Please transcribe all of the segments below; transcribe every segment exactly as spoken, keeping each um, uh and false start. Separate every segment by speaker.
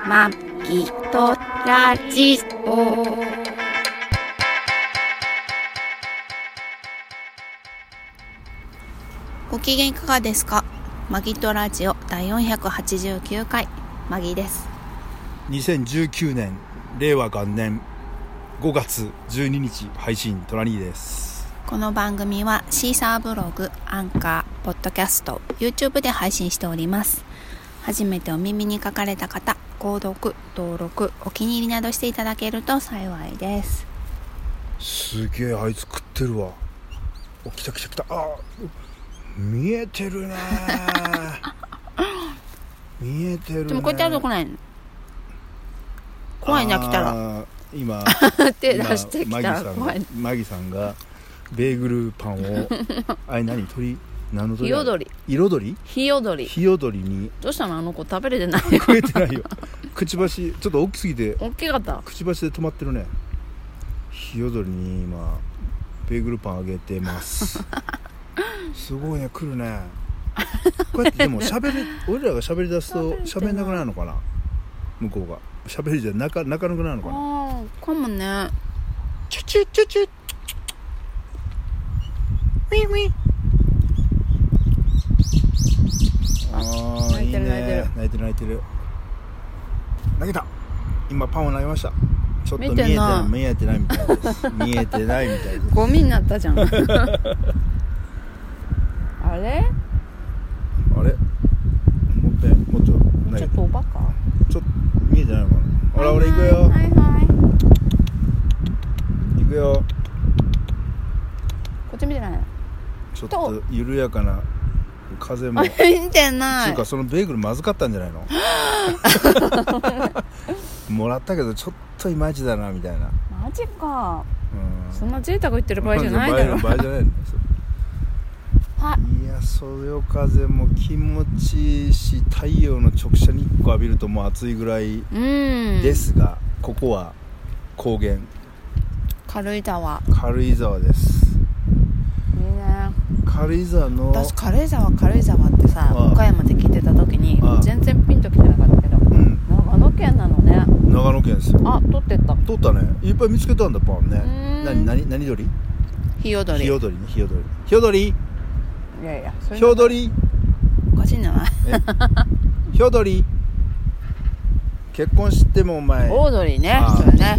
Speaker 1: マギトラジオ。ご機嫌いかがですか？マギトラジオだいよんひゃくはちじゅうきゅうかい、マギです。
Speaker 2: にせんじゅうきゅうねん令和元年ごがつじゅうににち配信、トラニーです。
Speaker 1: この番組はシーサーブログ、アンカー、ポッドキャスト、YouTube で配信しております。初めてお耳に書かれた方、購読、登録、お気に入りなどしていただけると幸いです。
Speaker 2: すげえ、あいつ食ってるわ。お、来た来た来た。あ、見えてるね見えてるね。
Speaker 1: でもこうやってやると来ないの。怖いな、来たら
Speaker 2: 今
Speaker 1: 手出してきたら怖い。
Speaker 2: マギさんがベーグルパンをあれ何鳥何の鳥？
Speaker 1: ヒヨドリ。
Speaker 2: 彩り？
Speaker 1: ヒヨドリ。
Speaker 2: ヒヨドリに。
Speaker 1: どうしたの、あの子食べれてないよ。
Speaker 2: 食えてないよ。くちばしちょっと大きすぎて。
Speaker 1: 大きかった。
Speaker 2: くちばしで止まってるね。ヒヨドリに今ベーグルパンあげてます。すごいね、来るね。こうやってでも喋り俺らが喋り出すと喋んなくなるのかな。向こうが喋りじゃ泣か泣かなくなるのかな。
Speaker 1: ああ、かもね。
Speaker 2: チュチュチュチュウィンウィン。ああ、
Speaker 1: 泣いてる、
Speaker 2: いいね、
Speaker 1: 泣いてる
Speaker 2: 泣いてる泣いてる。投げた。今パンを投げました。ちょっと見えてない見えてないみたいです見えてないみたいです。
Speaker 1: ゴミになったじゃん。あれ
Speaker 2: あれもっぺんもっと投げて。
Speaker 1: ちょっとおバカ。
Speaker 2: ちょっと見えてないのかな。ほら、俺行くよ。
Speaker 1: はいはい。
Speaker 2: 行くよ。
Speaker 1: こっち見てない。
Speaker 2: ちょっと緩やかな風も。
Speaker 1: 見てない。
Speaker 2: っていうか、そのベーグルまずかったんじゃないの？もらったけどちょっといまいちだなみたいな。
Speaker 1: マジか。
Speaker 2: うん、
Speaker 1: そんな贅沢言ってる場合じゃないだろ。
Speaker 2: 場合じゃないの。
Speaker 1: はい。
Speaker 2: いや、そよ風も気持ちいいし、太陽の直射日光浴びるともう暑いぐらいですが、ここは高原、
Speaker 1: 軽井沢。
Speaker 2: 軽井沢です。
Speaker 1: いいね。
Speaker 2: 軽井沢の、
Speaker 1: 私軽井沢軽井沢ってさ、
Speaker 2: ああ
Speaker 1: 岡山で聞いてた時に
Speaker 2: ああ
Speaker 1: 全然ピンときてなかったけど、
Speaker 2: うん、
Speaker 1: 長野県なのね。
Speaker 2: 長野県ですよ。
Speaker 1: あ、取ってった。
Speaker 2: 取ったね。いっぱい見つけたんだ、パンね。何何何鳥？
Speaker 1: ヒヨドリ。
Speaker 2: ヒヨドリね、ヒヨドリ。ヒヨドリ。
Speaker 1: いやいや、それ
Speaker 2: ヒヨドリ。
Speaker 1: おかしいんじゃない？
Speaker 2: ヒヨドリ。結婚してもお前。
Speaker 1: オードリーね。
Speaker 2: ああ、
Speaker 1: それね。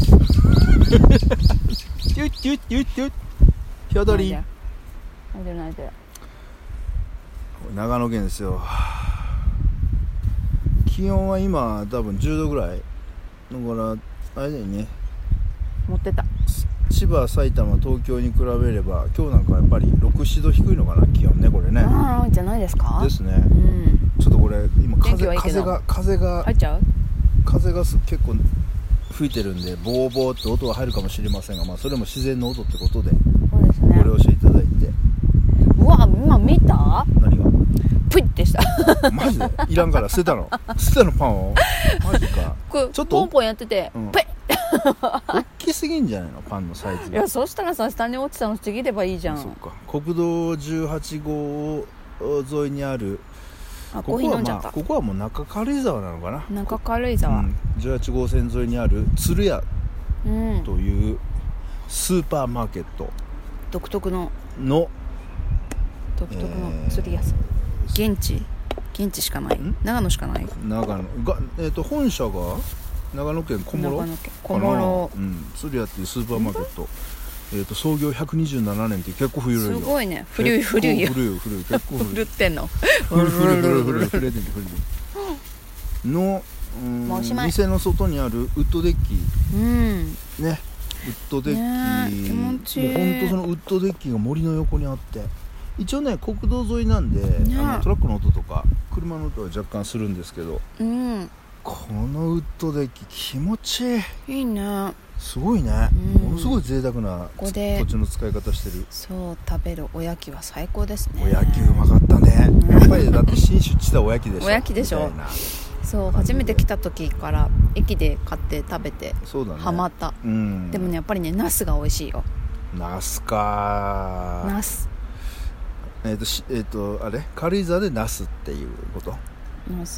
Speaker 2: チュッチュッチュッチュッ。ヒヨドリ。
Speaker 1: 泣いてる泣いてる。
Speaker 2: 長野県ですよ。気温は今多分じゅうどぐらいだから、あれだよね。
Speaker 1: 持ってた。
Speaker 2: 千葉、埼玉、東京に比べれば今日なんかやっぱりろく、ななど低いのかな、気温ね、これね。
Speaker 1: ああ、じゃないですか。
Speaker 2: ですね。
Speaker 1: うん。
Speaker 2: ちょっとこれ今風
Speaker 1: 天気はいいけど
Speaker 2: 風が風が
Speaker 1: 入っちゃう？
Speaker 2: 風がす結構吹いてるんで、ボーボーって音が入るかもしれませんが、まあそれも自然の音ってことで
Speaker 1: そうですね。
Speaker 2: ご了承いただいて。
Speaker 1: うわ、今見た？
Speaker 2: 何が？
Speaker 1: プイってした。
Speaker 2: マジで？いらんから捨てたの？捨てたのパンを？マジか。
Speaker 1: こ
Speaker 2: ちょっと
Speaker 1: ポンポンやってて、
Speaker 2: うん、
Speaker 1: プイッ。
Speaker 2: 大きすぎんじゃないの、パンのサイズが。
Speaker 1: いや、そしたらさ、下に落ちたのちぎればいいじゃん。
Speaker 2: そっか。国道じゅうはちごう沿いにある、
Speaker 1: あ、コーヒー飲んじゃった。
Speaker 2: ここはまあ、ここはもう中軽井沢なのかな。
Speaker 1: 中軽井沢、
Speaker 2: うん、じゅうはちごうせん沿いにある鶴屋
Speaker 1: うん、
Speaker 2: というスーパーマーケット
Speaker 1: 独特の
Speaker 2: の
Speaker 1: 独特の釣り屋さん、えー、現地現地しかない、長野しかない。
Speaker 2: 長野が、えー、と本社が長野県小諸
Speaker 1: 長野県小諸、
Speaker 2: うん、鶴屋っていうスーパーマーケット、えー、と創業ひゃくにじゅうななねんって結構古いよ。
Speaker 1: すごいね。古い古いよ。
Speaker 2: 古い古い結構古い。
Speaker 1: 古ってんの。
Speaker 2: 古い古い古い古い古い古いの、うん、店の外にあるウッドデッキ、
Speaker 1: うん
Speaker 2: ね、ウッドデッキ、
Speaker 1: ね、気持ちいい。
Speaker 2: もうほんとそのウッドデッキが森の横にあって、一応ね国道沿いなんで、ね、あのトラックの音とか車の音は若干するんですけど、
Speaker 1: うん、
Speaker 2: このウッドデッキ気持ちいい。
Speaker 1: いいね。
Speaker 2: すごいね、うん、ものすごい贅沢な
Speaker 1: ここで
Speaker 2: 土地の使い方してる。
Speaker 1: そう、食べるおやきは最高ですね。
Speaker 2: おやきうまかったね、うん、やっぱりだって信州地だおやきでしょ。
Speaker 1: おやきでしょ。そう、初めて来た時から駅で買って食べて、そうだね、ハマった、うん、でもね、やっぱりね、ナスが美味しいよ。
Speaker 2: ナスか。
Speaker 1: ナス
Speaker 2: えっ、ー、としえっ、ー、とあれ軽井沢でナスっていうこと。
Speaker 1: ナス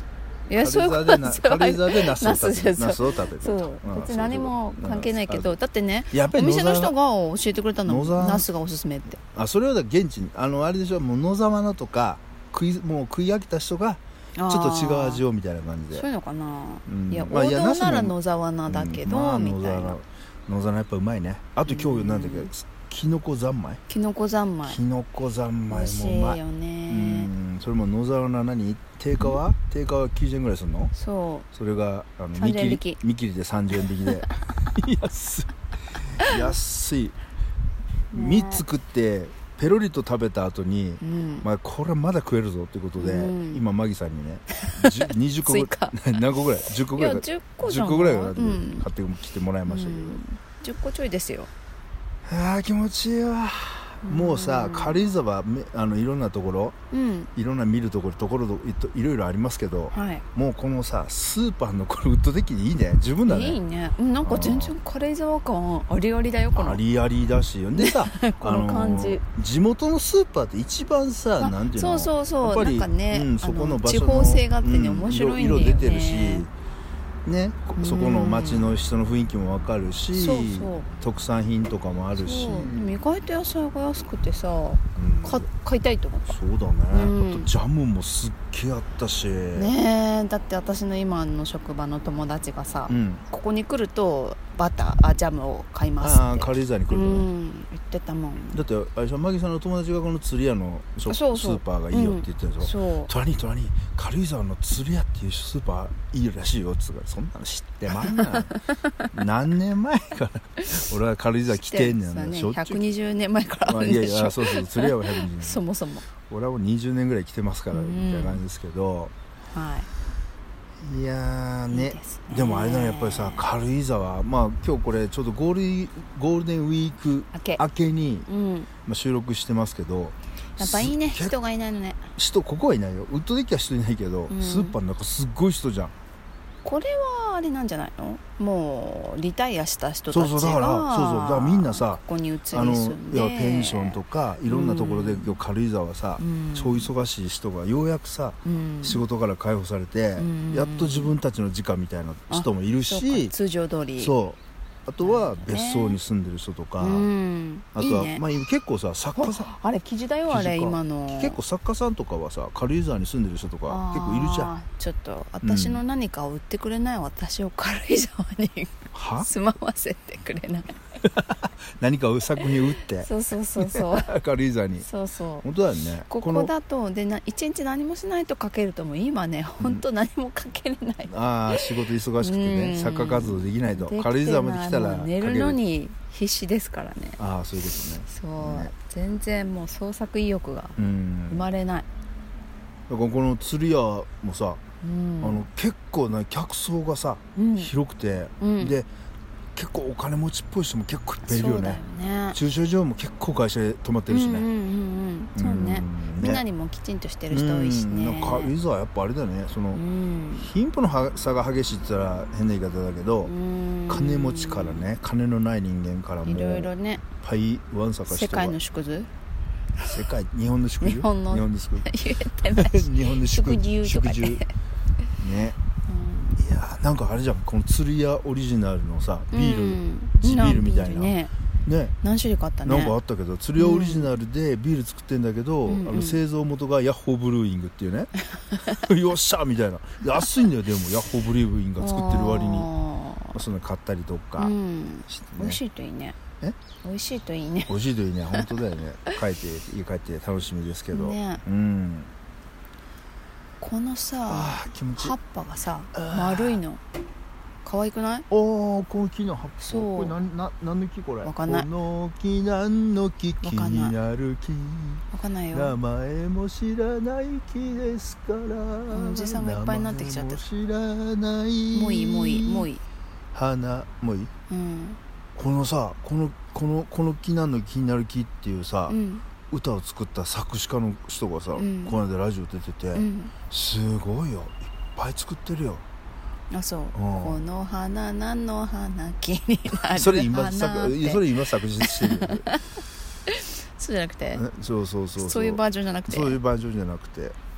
Speaker 1: いやそういうこと
Speaker 2: 軽井沢でな軽井沢でナスを食べる
Speaker 1: ナス
Speaker 2: ナスを食べる
Speaker 1: そう
Speaker 2: うん
Speaker 1: 別に何も関係ないけど、だってね
Speaker 2: やっぱり
Speaker 1: お店の
Speaker 2: 野沢
Speaker 1: 人が教えてくれたの
Speaker 2: 野沢
Speaker 1: ナスがおすすめって。
Speaker 2: あそれはだ現地にあのあれでしょもう野沢菜とか食いもう食い飽きた人がちょっと違う味をみたいな感じで
Speaker 1: そういうのかな、
Speaker 2: うん
Speaker 1: いや
Speaker 2: まあいや
Speaker 1: 王道なら
Speaker 2: ナスも
Speaker 1: 野沢菜だけど、
Speaker 2: うんまあ
Speaker 1: みたいな
Speaker 2: 野沢野沢菜やっぱうまいね。あと今日なんだっけ、
Speaker 1: うん
Speaker 2: きのこ三昧
Speaker 1: きのこ三昧
Speaker 2: きのこ三昧
Speaker 1: 美味し
Speaker 2: もうまい
Speaker 1: いよね、
Speaker 2: うんそれも野沢菜何定価は、定価はきゅうじゅうえんぐらいするの。
Speaker 1: そ
Speaker 2: それがあの
Speaker 1: さんじゅうえん引き
Speaker 2: 見切りでさんじゅうえん引きで安い安い、
Speaker 1: ね
Speaker 2: みっつ食ってペロリと食べた後に、
Speaker 1: うん
Speaker 2: まあ、これはまだ食えるぞってことで、
Speaker 1: うん
Speaker 2: 今マギさんにねじゅにじゅっこぐ
Speaker 1: 追加
Speaker 2: らい何個ぐらいじゅっこ
Speaker 1: いや
Speaker 2: ぐらい
Speaker 1: じゅっこじ
Speaker 2: 10
Speaker 1: ゃん
Speaker 2: 個ぐらいかなって
Speaker 1: うん
Speaker 2: 買ってきてもらいましたけど、
Speaker 1: うんじゅっこちょいですよ。
Speaker 2: あー気持ちいいわ。もうさ
Speaker 1: うん
Speaker 2: 軽井沢めあのいろんなところ
Speaker 1: うん
Speaker 2: いろんな見るところところどいといろいろありますけど、
Speaker 1: はい
Speaker 2: もうこのさスーパーのこのウッドデッキでいいね十分だね。
Speaker 1: いいね、うんなんか全然軽井沢感ありありだよこの
Speaker 2: ありありだしでさ
Speaker 1: この感じ、
Speaker 2: あの地元のスーパーって一番さ
Speaker 1: あ
Speaker 2: なんていうの
Speaker 1: そうそうそう
Speaker 2: やっぱり
Speaker 1: なんかね
Speaker 2: うん、そこの場所の
Speaker 1: 地方性があってね
Speaker 2: うん
Speaker 1: 面白いんだよね
Speaker 2: 色々出てるしね、こ
Speaker 1: うん
Speaker 2: そこの町の人の雰囲気もわかるし、
Speaker 1: そうそう
Speaker 2: 特産品とかもあるし、
Speaker 1: そうでも意外と野菜が安くてさ、
Speaker 2: うん
Speaker 1: か買いたいと思った。
Speaker 2: そうだね、
Speaker 1: うん
Speaker 2: あとジャムもすっげえあったし、
Speaker 1: ねえだって私の今の職場の友達がさ、
Speaker 2: うん、
Speaker 1: ここに来るとバターあジャムを買いますって
Speaker 2: ああ軽井沢に来るとね、
Speaker 1: うん言ってたもん。
Speaker 2: だってあれじゃマギさんの友達がこの釣り屋のショップ
Speaker 1: そうそう
Speaker 2: スーパーがいいよって言ってるんでしょ、
Speaker 1: そう
Speaker 2: 隣に隣に軽井沢の釣り屋っていうスーパーいいらしいよっつうからそんなの知ってまんな何年前から俺は軽井沢来てんねん
Speaker 1: そうね
Speaker 2: しょっちゅう
Speaker 1: ひゃくにじゅうねんまえから
Speaker 2: まあ、
Speaker 1: あるんでしょ、
Speaker 2: いやいやそうそう釣り屋はひゃくにじゅうねん
Speaker 1: そもそも
Speaker 2: 俺はもうにじゅうねんぐらい来てますから
Speaker 1: うん
Speaker 2: みたいな感じですけど、
Speaker 1: はい
Speaker 2: いやーね
Speaker 1: いいですね
Speaker 2: でもあれだねやっぱりさ軽井沢まあ今日これちょうどゴールゴールデンウィーク
Speaker 1: 明け
Speaker 2: 明けに、
Speaker 1: うん
Speaker 2: まあ、収録してますけど
Speaker 1: やっぱいいね
Speaker 2: すっげえ
Speaker 1: 人がいないのね。
Speaker 2: 人ここはいないよウッドデッキは人いないけど、
Speaker 1: うん
Speaker 2: スーパーの中すっごい人じゃん。
Speaker 1: これはあれなんじゃないの、もうリタイアした人たちが
Speaker 2: そうそうだからそうそうだからみんなさ
Speaker 1: ここに移り
Speaker 2: あの
Speaker 1: 住んで
Speaker 2: いやペンションとかいろんなところで、
Speaker 1: うん
Speaker 2: 今日軽井沢はさ、
Speaker 1: うん
Speaker 2: 超忙しい人がようやくさ、
Speaker 1: うん
Speaker 2: 仕事から解放されて、
Speaker 1: うん
Speaker 2: やっと自分たちの時間みたいな人もいる
Speaker 1: そう
Speaker 2: し
Speaker 1: か通常通り
Speaker 2: そうあとは
Speaker 1: なるほどね
Speaker 2: 別荘に住んでる人とか、
Speaker 1: うん
Speaker 2: あとは、
Speaker 1: いいね、
Speaker 2: まあ、結構さ作家さん
Speaker 1: あれ記事だよあれ
Speaker 2: 記事か
Speaker 1: 今の
Speaker 2: 結構作家さんとかはさ軽井沢に住んでる人とか結構いるじゃん。
Speaker 1: あーちょっと私の何かを売ってくれない、私を軽井沢に
Speaker 2: は
Speaker 1: 住まわせてくれない
Speaker 2: 何か作品打って
Speaker 1: そうそうそうそう
Speaker 2: 軽井沢に
Speaker 1: そうそう
Speaker 2: 本当だよね
Speaker 1: ここだとでな一日何もしないと書けるともう今ね本当何も書けれない、
Speaker 2: ああ仕事忙しくてね、
Speaker 1: うん
Speaker 2: 作家活動できないと
Speaker 1: できてない
Speaker 2: 軽井沢まで来たら
Speaker 1: もう寝るのに必死ですからね。
Speaker 2: ああそういうことね
Speaker 1: そう、
Speaker 2: ね
Speaker 1: 全然もう創作意欲が
Speaker 2: うん
Speaker 1: 生まれない、
Speaker 2: だからこの釣り屋もさ、
Speaker 1: うん、
Speaker 2: あの結構ね客層がさ、
Speaker 1: うん
Speaker 2: 広くて、
Speaker 1: うん
Speaker 2: で結構お金持ちっぽい人も結構いっぱいいるよ
Speaker 1: そうだよ
Speaker 2: ね
Speaker 1: ね
Speaker 2: 駐車場も結構会社で泊まってるしね、
Speaker 1: うんうんうんうんそうね
Speaker 2: うん
Speaker 1: みんなにもきちんとしてる人多いしね。
Speaker 2: うんなんか軽井沢やっぱあれだねその、
Speaker 1: うん
Speaker 2: 貧富の差が激しいって言ったら変な言い方だけど、
Speaker 1: うん
Speaker 2: 金持ちからね金のない人間からも
Speaker 1: いろいろ
Speaker 2: いっ
Speaker 1: ね
Speaker 2: ぱいわんさか人が
Speaker 1: 世界の縮図
Speaker 2: 世界日本の祝辞
Speaker 1: 日本の
Speaker 2: 日本の祝辞
Speaker 1: 言えてない
Speaker 2: 日本の祝
Speaker 1: 祝辞とかね
Speaker 2: 祝辞ねいやーなんかあれじゃんこの釣り屋オリジナルのさビール、
Speaker 1: うん
Speaker 2: 地ビールみたいな
Speaker 1: ビールね
Speaker 2: ね
Speaker 1: 何種類かあったね。
Speaker 2: なんかあったけど釣り屋オリジナルでビール作ってんだけど、
Speaker 1: うんうん
Speaker 2: あの製造元がヤッホーブルーイングっていうねよっしゃみたいな安いんだよでもヤッホーブルーイングが作ってる割に
Speaker 1: あ
Speaker 2: そんな買ったりとか
Speaker 1: ーうん
Speaker 2: してね、
Speaker 1: 美味しいといいね。
Speaker 2: え
Speaker 1: 美味しいといいね。
Speaker 2: 美味しいといいね本当だよね帰って家帰って楽しみですけど、
Speaker 1: ね
Speaker 2: うん
Speaker 1: このさ
Speaker 2: あー気持ちいい
Speaker 1: 葉っぱがさ丸いの可愛くない？
Speaker 2: おおこの木の葉っぱ
Speaker 1: そう
Speaker 2: これなんな何の木これ
Speaker 1: わかんない
Speaker 2: この木何の木気
Speaker 1: わかんない
Speaker 2: になる木
Speaker 1: わかんないよ。
Speaker 2: 名前も知らない木ですから
Speaker 1: おじさんがいっぱいになってきちゃって
Speaker 2: 名前も知らない
Speaker 1: もういいもういいもういい。
Speaker 2: 花もういい
Speaker 1: うん
Speaker 2: このさこのこのこの木何の木になる木っていうさ、
Speaker 1: うん
Speaker 2: 歌を作った作詞家の人がさ、
Speaker 1: うん
Speaker 2: この間ラジオ出てて、
Speaker 1: うん
Speaker 2: すごいよいっぱい作ってるよ
Speaker 1: あそうこの花何の花気になる花
Speaker 2: それ今作
Speaker 1: って
Speaker 2: それ今作詞してるよね
Speaker 1: そうじゃなくて
Speaker 2: ねそうそうそう
Speaker 1: そういうバージョンじゃなくて
Speaker 2: そういうバージョンじゃなくて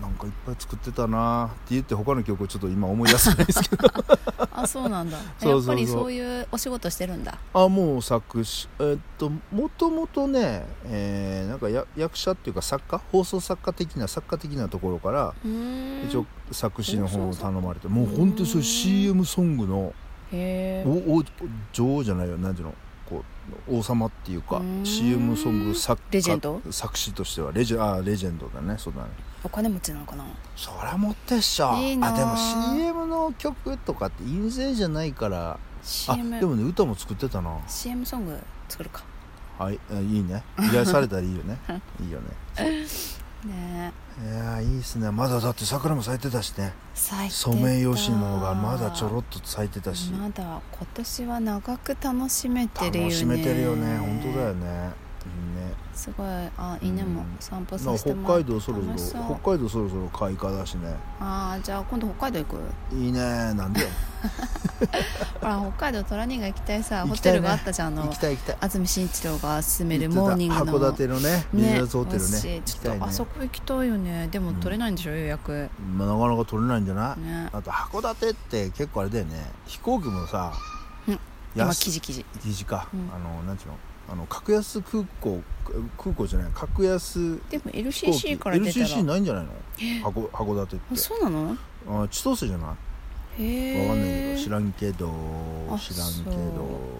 Speaker 2: なんかいっぱい作ってたなって言って他の曲をちょっと今思い出せないですけど
Speaker 1: あ、そうなんだ。
Speaker 2: そうそうそう
Speaker 1: やっぱりそういうお仕事してるんだ。
Speaker 2: あ、もう作詞えーっともともとね、えー、なんかや役者っていうか作家放送作家的な作家的なところから
Speaker 1: うーん
Speaker 2: 一応作詞の方を頼まれて、
Speaker 1: 放送作家
Speaker 2: もう本当にそういう シーエム ソングの
Speaker 1: へ
Speaker 2: おお女王じゃないよ、なんていうの、こう王様っていうか
Speaker 1: うーん
Speaker 2: シーエム ソング作
Speaker 1: レジェンド
Speaker 2: 作詞としてはレジェあレジェンドだね。そうだね。
Speaker 1: お金持ちなのかな。
Speaker 2: そりゃ持ってっしょ。
Speaker 1: いいなあ。
Speaker 2: あでも シーエム の曲とかって印税じゃないから。
Speaker 1: シーエム
Speaker 2: あでもね歌も作ってたな。
Speaker 1: シーエム ソング作るか
Speaker 2: はい、いいね、依頼されたらいいよねいいよね。
Speaker 1: ね。
Speaker 2: いやいいっすね。まだだって桜も咲いてたしね。
Speaker 1: 咲いてた。
Speaker 2: ソメイヨシノがまだちょろっと咲いてたし、
Speaker 1: まだ今年は長く楽しめてるよね。
Speaker 2: 楽しめてるよね。本当だよね。いいね。
Speaker 1: すごい。あ、犬も散歩させて
Speaker 2: 北
Speaker 1: もらって
Speaker 2: 海道そろ
Speaker 1: 楽し
Speaker 2: そろ北海道そろそろ開花だしね。
Speaker 1: あー、じゃあ今度北海道行く。
Speaker 2: いいね。なんでよ
Speaker 1: ほら北海道トラニーが行きたいさ、ホ
Speaker 2: 行きたいね
Speaker 1: テルがあったじゃん。あの
Speaker 2: 行きたい行きたい。
Speaker 1: 安住紳一郎が勧めるモーニングの
Speaker 2: 函館のねビジネスホテルね
Speaker 1: 美味しい。
Speaker 2: 行きたいね
Speaker 1: ちょっとあそこ行きたいよね。でも取れないんでしょ、予約
Speaker 2: まあ、なかなか取れないんじゃない、
Speaker 1: ね。
Speaker 2: あと函館って結構あれだよね、飛行機もさ、
Speaker 1: うん今
Speaker 2: 安
Speaker 1: 記事記事
Speaker 2: 記事か、
Speaker 1: うん
Speaker 2: あのなんちゅうの、あの格安空港空港じゃない格安
Speaker 1: でも エルシ
Speaker 2: 飛行機
Speaker 1: ーシー から出たら
Speaker 2: エルシーシー ないんじゃないの、函函館って
Speaker 1: あ、そうなの。
Speaker 2: あ千歳じゃない、
Speaker 1: へえ。
Speaker 2: わかんないけど知らんけど
Speaker 1: あ
Speaker 2: 知らんけど
Speaker 1: そう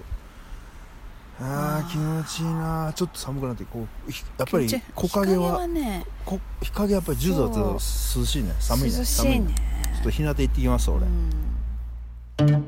Speaker 2: あー気持ちいいな。ちょっと寒くなってこうひやっぱり
Speaker 1: 気持ちいい
Speaker 2: 木陰は
Speaker 1: 日陰はね、
Speaker 2: こ日陰やっぱりじゅうどだと涼しいね。寒いね。
Speaker 1: 涼し
Speaker 2: 寒
Speaker 1: いね。
Speaker 2: ちょっと日向行ってきます俺、
Speaker 1: うん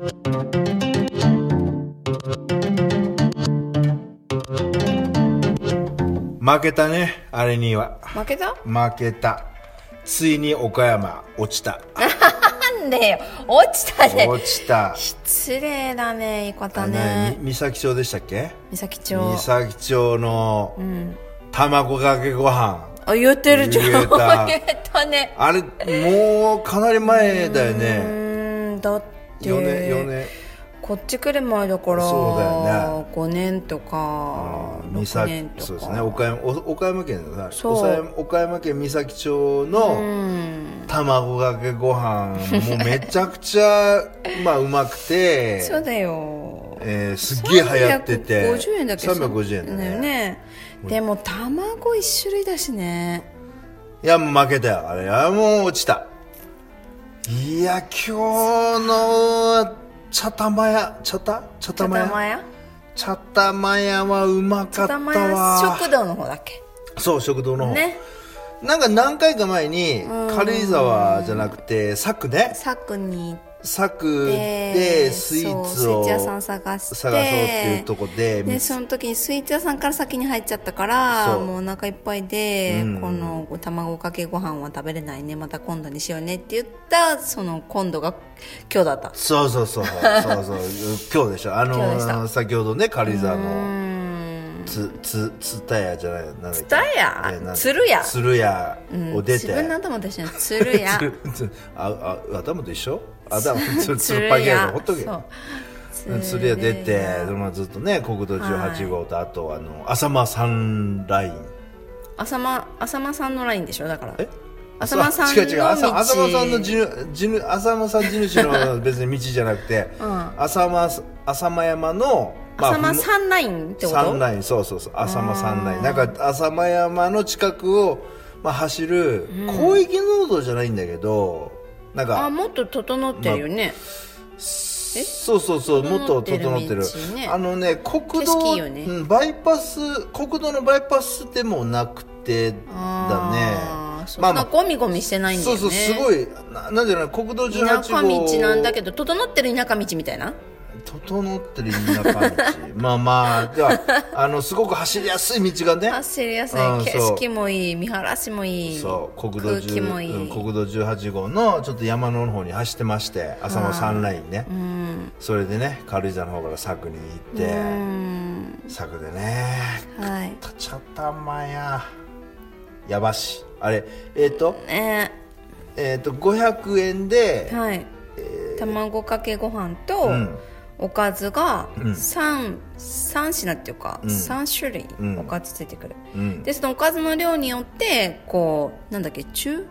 Speaker 2: 負けたね。あれには
Speaker 1: 負けた。
Speaker 2: 負けた。ついに岡山落ちた
Speaker 1: なんでよ、落ちたね。
Speaker 2: 落ちた。
Speaker 1: 失礼だね、言い方
Speaker 2: あの
Speaker 1: ね。
Speaker 2: み三崎町でしたっけ。
Speaker 1: 三崎町。
Speaker 2: 三崎町の
Speaker 1: うん。
Speaker 2: 卵かけご飯、
Speaker 1: あ、言ってるじゃん。
Speaker 2: 言えた
Speaker 1: 言えたね。
Speaker 2: あれもうかなり前だよ
Speaker 1: う
Speaker 2: ね。
Speaker 1: ーん、だって
Speaker 2: よねんよねん
Speaker 1: こっち来る前だから
Speaker 2: そうだよね
Speaker 1: ごねんとか
Speaker 2: 三
Speaker 1: ろくねんとか。
Speaker 2: 崎そうですね。岡山お岡山県だ
Speaker 1: そう
Speaker 2: 岡山岡山県三崎町
Speaker 1: う
Speaker 2: の
Speaker 1: ん、
Speaker 2: 卵かけご飯もうめちゃくちゃまあうまくて
Speaker 1: そうだよ。
Speaker 2: えー、すっげえ流行ってて
Speaker 1: さんびゃくごじゅうえんだっけ。
Speaker 2: さんびゃくごじゅうえんだね
Speaker 1: よね。でも卵一種類だしね。
Speaker 2: いやもう負けたよあれ。いやもう落ちた。いや今日の茶玉屋茶田茶
Speaker 1: 茶
Speaker 2: 玉屋
Speaker 1: 玉屋
Speaker 2: 茶玉屋はうまかった
Speaker 1: 茶玉屋
Speaker 2: わ。
Speaker 1: 食堂の方だっけ
Speaker 2: そう食堂の方
Speaker 1: ね。
Speaker 2: なんか何回か前に
Speaker 1: うん
Speaker 2: 軽井沢じゃなくて佐久ね
Speaker 1: 佐久に行っ
Speaker 2: 佐久
Speaker 1: て
Speaker 2: でスイー
Speaker 1: そう
Speaker 2: ツを
Speaker 1: スイーツ屋さん探して
Speaker 2: 探そうっていうとこで
Speaker 1: でその時にスイーツ屋さんから先に入っちゃったから
Speaker 2: そう
Speaker 1: もうお腹いっぱいで、
Speaker 2: うん
Speaker 1: この卵かけご飯は食べれないね、また今度にしようねって言ったその今度が今日だった。
Speaker 2: そうそうそうそうそう今日でしょ。あ
Speaker 1: 今日でした
Speaker 2: の先ほどね軽井沢
Speaker 1: う
Speaker 2: の
Speaker 1: ん
Speaker 2: つつつたやじゃないなんだっけ
Speaker 1: つたや
Speaker 2: えなんだ
Speaker 1: つるや
Speaker 2: つるや
Speaker 1: うん
Speaker 2: を出て、
Speaker 1: 自分の頭と一緒につるや
Speaker 2: つるつああ頭と一緒頭つるつるっぱげやのほっとけ
Speaker 1: そう
Speaker 2: つるや出て、まあ、ずっとね国道じゅうはち号と、あとあの浅間山ライン
Speaker 1: 浅間浅間さんのラインでしょだから
Speaker 2: え
Speaker 1: 浅間さんの道。
Speaker 2: 違う違う浅浅間さんの地地主浅間さん地主の別に道じゃなくて、
Speaker 1: うん
Speaker 2: 浅間浅間山の、まあ、
Speaker 1: 浅間さんラインってこと
Speaker 2: 山ラインそうそうそう浅間山ラインなんか浅間山の近くを、まあ、走る広域農道じゃないんだけど、なんか
Speaker 1: あもっと整ってるよね、
Speaker 2: そうそうそうもっと整ってる
Speaker 1: 整ってる道ね
Speaker 2: あのね国
Speaker 1: 景
Speaker 2: 道
Speaker 1: 色いいよね
Speaker 2: うんバイパス国道のバイパスでもなくてだね
Speaker 1: あーそん
Speaker 2: まあまあ
Speaker 1: なゴミゴミしてないんだよね。
Speaker 2: そうそうすごいななんじゃない国道じゅうはち号
Speaker 1: 田舎道なんだけど整ってる田舎道みたいな。
Speaker 2: 整ってる田舎道まあまあではあのすごく走りやすい道がね
Speaker 1: 走りやすい、
Speaker 2: うん
Speaker 1: 景色もいい、見晴らしもいい、
Speaker 2: そう国道
Speaker 1: 空
Speaker 2: じゅう
Speaker 1: 気もいい、
Speaker 2: うん国道じゅうはち号のちょっと山の方に走ってまして浅間山ラインね、
Speaker 1: うん
Speaker 2: それでね軽井沢の方から佐久に行って、
Speaker 1: うん
Speaker 2: 佐久でね
Speaker 1: はい
Speaker 2: 茶玉屋やばしあれえっ、ー、と
Speaker 1: ね
Speaker 2: えっ、ー、とごひゃくえんで、
Speaker 1: はい、卵かけご飯と、
Speaker 2: うん
Speaker 1: おかずが
Speaker 2: うん
Speaker 1: 3, 三品っていうか、
Speaker 2: うん
Speaker 1: さん種類
Speaker 2: うん
Speaker 1: おかずついてくる、
Speaker 2: うん
Speaker 1: でそのおかずの量によってこうなんだっけ中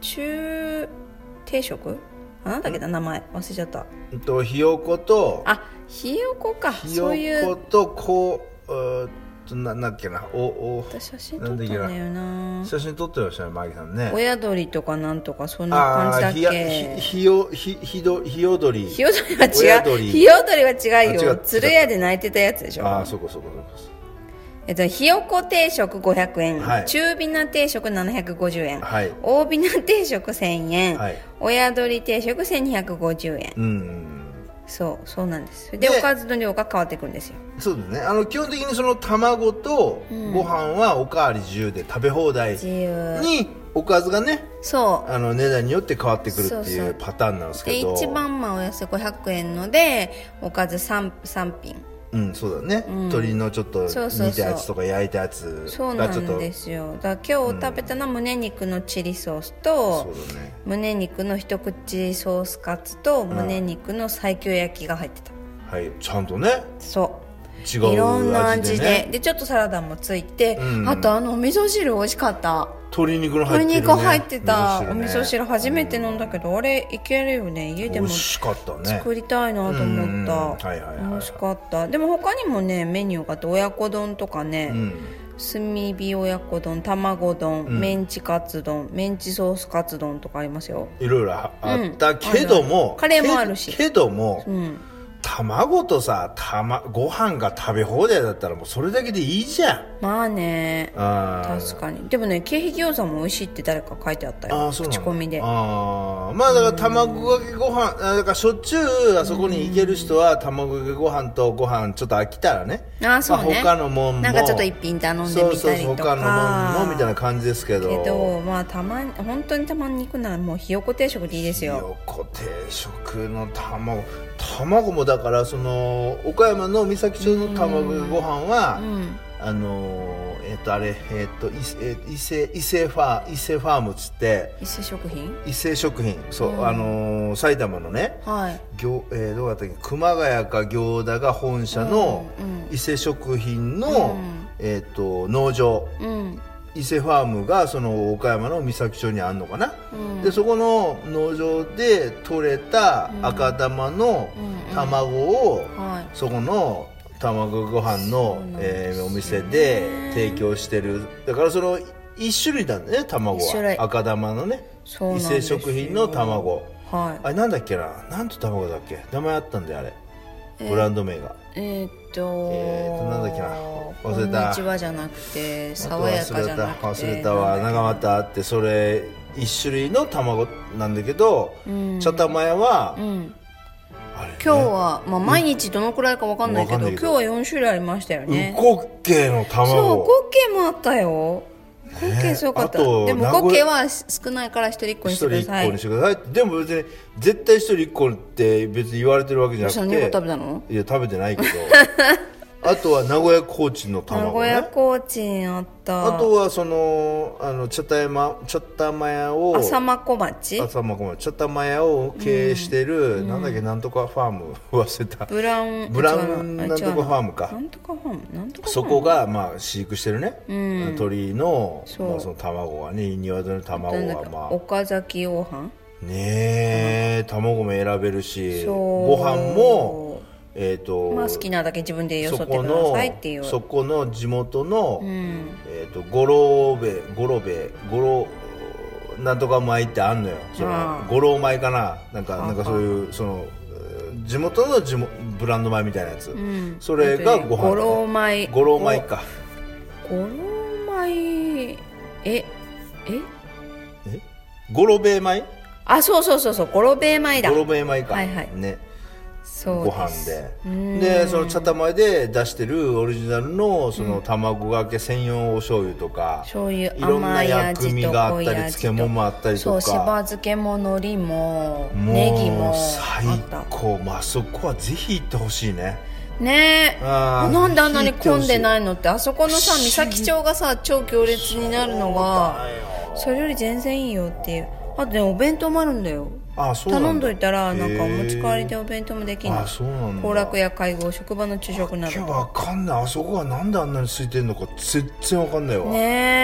Speaker 1: 中定食、あ、なんだっけな、名前忘れちゃった。
Speaker 2: えっとひよこと
Speaker 1: あ、ひよこか。
Speaker 2: ひ
Speaker 1: そういう
Speaker 2: よことこううーっとななんだっけなおお
Speaker 1: 私写真撮ったんだよな。
Speaker 2: 写真撮ってましたねマギさんね。
Speaker 1: 親鳥とかなんとかそんな感じだっけ。
Speaker 2: あひひひよひひどひよどり
Speaker 1: ひよどりは
Speaker 2: 親
Speaker 1: 違う。
Speaker 2: 鳥
Speaker 1: ひよどりは違うよ。
Speaker 2: あ違う
Speaker 1: 鶴屋で泣いてたやつでしょ。
Speaker 2: ああそこそこそこ
Speaker 1: えっと、ひよこ定食ごひゃくえん、
Speaker 2: はい、
Speaker 1: 中びな定食ななひゃくごじゅうえん、
Speaker 2: はい、
Speaker 1: 大びな定食せんえん、
Speaker 2: はい、
Speaker 1: 親鳥定食せんにひゃくごじゅうえん、
Speaker 2: うん、
Speaker 1: そうそうなんです。でおかずの量が変わってくるんですよ。
Speaker 2: そうですね。あの基本的にその卵とご飯はおかわり自由で食べ放題におかずがね、
Speaker 1: そう
Speaker 2: あの値段によって変わってくるって
Speaker 1: そうそう
Speaker 2: いうパターンなんですけど、
Speaker 1: で一番まあおよそごひゃくえんのでおかず 3, 3品、
Speaker 2: うん、そうだね、うん、鶏のちょっと煮たやつとか焼いたやつ
Speaker 1: そうなんですよ。だから今日食べたのは胸肉のチリソースと、うん、そうだね、胸肉の一口ソースカツと、うん、胸肉の西京焼きが入ってた。
Speaker 2: はい、ちゃんとね、
Speaker 1: そう
Speaker 2: 違う味で、ね、
Speaker 1: いろんな味ででちょっとサラダもついて、うん、あとあのお味噌汁美味しかった。
Speaker 2: 鶏肉の入ってる、ね、
Speaker 1: 鶏肉入ってたお味噌汁、ね、
Speaker 2: 味噌汁
Speaker 1: 初めて飲んだけど、うん、あれいけるよね。家でも作りたいなと思った。美味しかった。でも他にもねメニューがあって、親子丼とかね、うん、炭火親子丼、卵丼、うん、メンチカツ丼、メンチソースカツ丼とかありますよ。
Speaker 2: いろいろあったけども、
Speaker 1: うん、カレーもあるし
Speaker 2: けども、うん、卵とさた、ま、ご飯が食べ放題だったらもうそれだけでいいじゃん。
Speaker 1: まあね、あ確かに。でもね経費餃子も美味しいって誰か書いてあったよ。あ口コミで。
Speaker 2: あまあだから卵かけご飯、だからしょっちゅうあそこに行ける人は卵かけご飯とご飯ちょっと飽きたらね、
Speaker 1: あそうね、
Speaker 2: まあ、他のもんも
Speaker 1: なんかちょっと一品頼んでみたりとか、そうそう
Speaker 2: 他のもんもみたいな感じですけど、
Speaker 1: けどまあたまに本当にたまに行くならもうひよこ定食でいいですよ。
Speaker 2: ひよこ定食の卵卵もだからその岡山の三崎町の卵かけご飯は、うん、あのえっ、ー、とあれえっ、ー、と伊勢伊勢ファー伊勢ファームっつって
Speaker 1: 伊勢食品
Speaker 2: 伊勢食品そう、うん、あのー、埼玉のね、はい、行えー、どうだったっけ熊谷か行田が本社の伊勢食品の、うん、えっ、ー、と農場、うん伊勢ファームがその岡山の三崎町にあるのかな、うん、でそこの農場で取れた赤玉の卵を、うんうんはい、そこの卵ご飯の、えー、お店で提供してる。だからその一種類なんだね卵は赤玉のね伊勢食品の卵、はい、あれなんだっけな、なんと卵だっけ、名前あったんだよあれ、えー、ブランド名がえー、っとえー、っとなんだっけな忘れた。
Speaker 1: こんにちはじゃなくて爽やかじゃなくて
Speaker 2: 忘れたわ。長またあってそれ一種類の卵なんだけど、うん、茶玉屋は、うんあれね、
Speaker 1: 今日は、まあ、毎日どのくらいか分かんないけど、うん、今日はよん種類ありましたよね。
Speaker 2: ウコッケの卵、
Speaker 1: そうウコッケもあったよ。ウコッケすごかった、ね、でもウコッケは少ないから一人一個にしてください。
Speaker 2: 一人一個にしてください。でも別に絶対一人一個って別に言われてるわけじゃなくて。
Speaker 1: にこ食べたの？
Speaker 2: いや食べてないけどあとは名古屋コーチンの卵ね。名
Speaker 1: 古屋コーチンあった。
Speaker 2: あとはそのあの茶田山茶玉屋を
Speaker 1: 浅間小町
Speaker 2: 浅間小町茶玉屋を経営してる、うん、なんだっけなんとかファーム忘れた。
Speaker 1: ブラウン
Speaker 2: ブラウンなんとかファームか。
Speaker 1: なんとかファームなんとかファーム。
Speaker 2: そこがまあ飼育してるね、うん、鳥のそ,、まあ、その卵がね鶏の卵がまあ
Speaker 1: 岡崎黄飯
Speaker 2: ねえ、うん、卵も選べるしご飯もえーと
Speaker 1: まあ、好きなだけ自分でよそってくださいっていう
Speaker 2: そこの地元の、うんえー、とゴロベゴロベゴロなんとか米ってあんのよ。そのゴロ米かななんかなんかそういうその地元の地元ブランド米みたいなやつ、うん、それがご飯、ね、
Speaker 1: ゴロ米
Speaker 2: ゴロ米か
Speaker 1: ゴロ米ええ
Speaker 2: えゴロベ米
Speaker 1: あそうそうそうそうゴロベ米だ
Speaker 2: ゴロベ米か
Speaker 1: はいはい
Speaker 2: ね
Speaker 1: そう
Speaker 2: ご飯ででその茶玉で出してるオリジナルのその卵かけ専用お醤油とか、
Speaker 1: うん、醤油
Speaker 2: いろんな薬味があったり漬物もあったりとか
Speaker 1: そうしば漬けも海苔もネギも
Speaker 2: 最高。まあそこはぜひ行ってほしいね。
Speaker 1: ねえなんであんなに混んでないのって。あそこのさ三崎町がさ超行列になるのが そ, それより全然いいよっていう。あとねお弁当もあるんだよ。
Speaker 2: ああそうなんだ。
Speaker 1: 頼んどいたらなんかお持ち帰りでお弁当もできるの。
Speaker 2: あそうなんだ。
Speaker 1: 行楽や介護職場の昼食など。
Speaker 2: わかんない。あそこはなんであんなに空いてるのか全然わかんないわ
Speaker 1: ねえ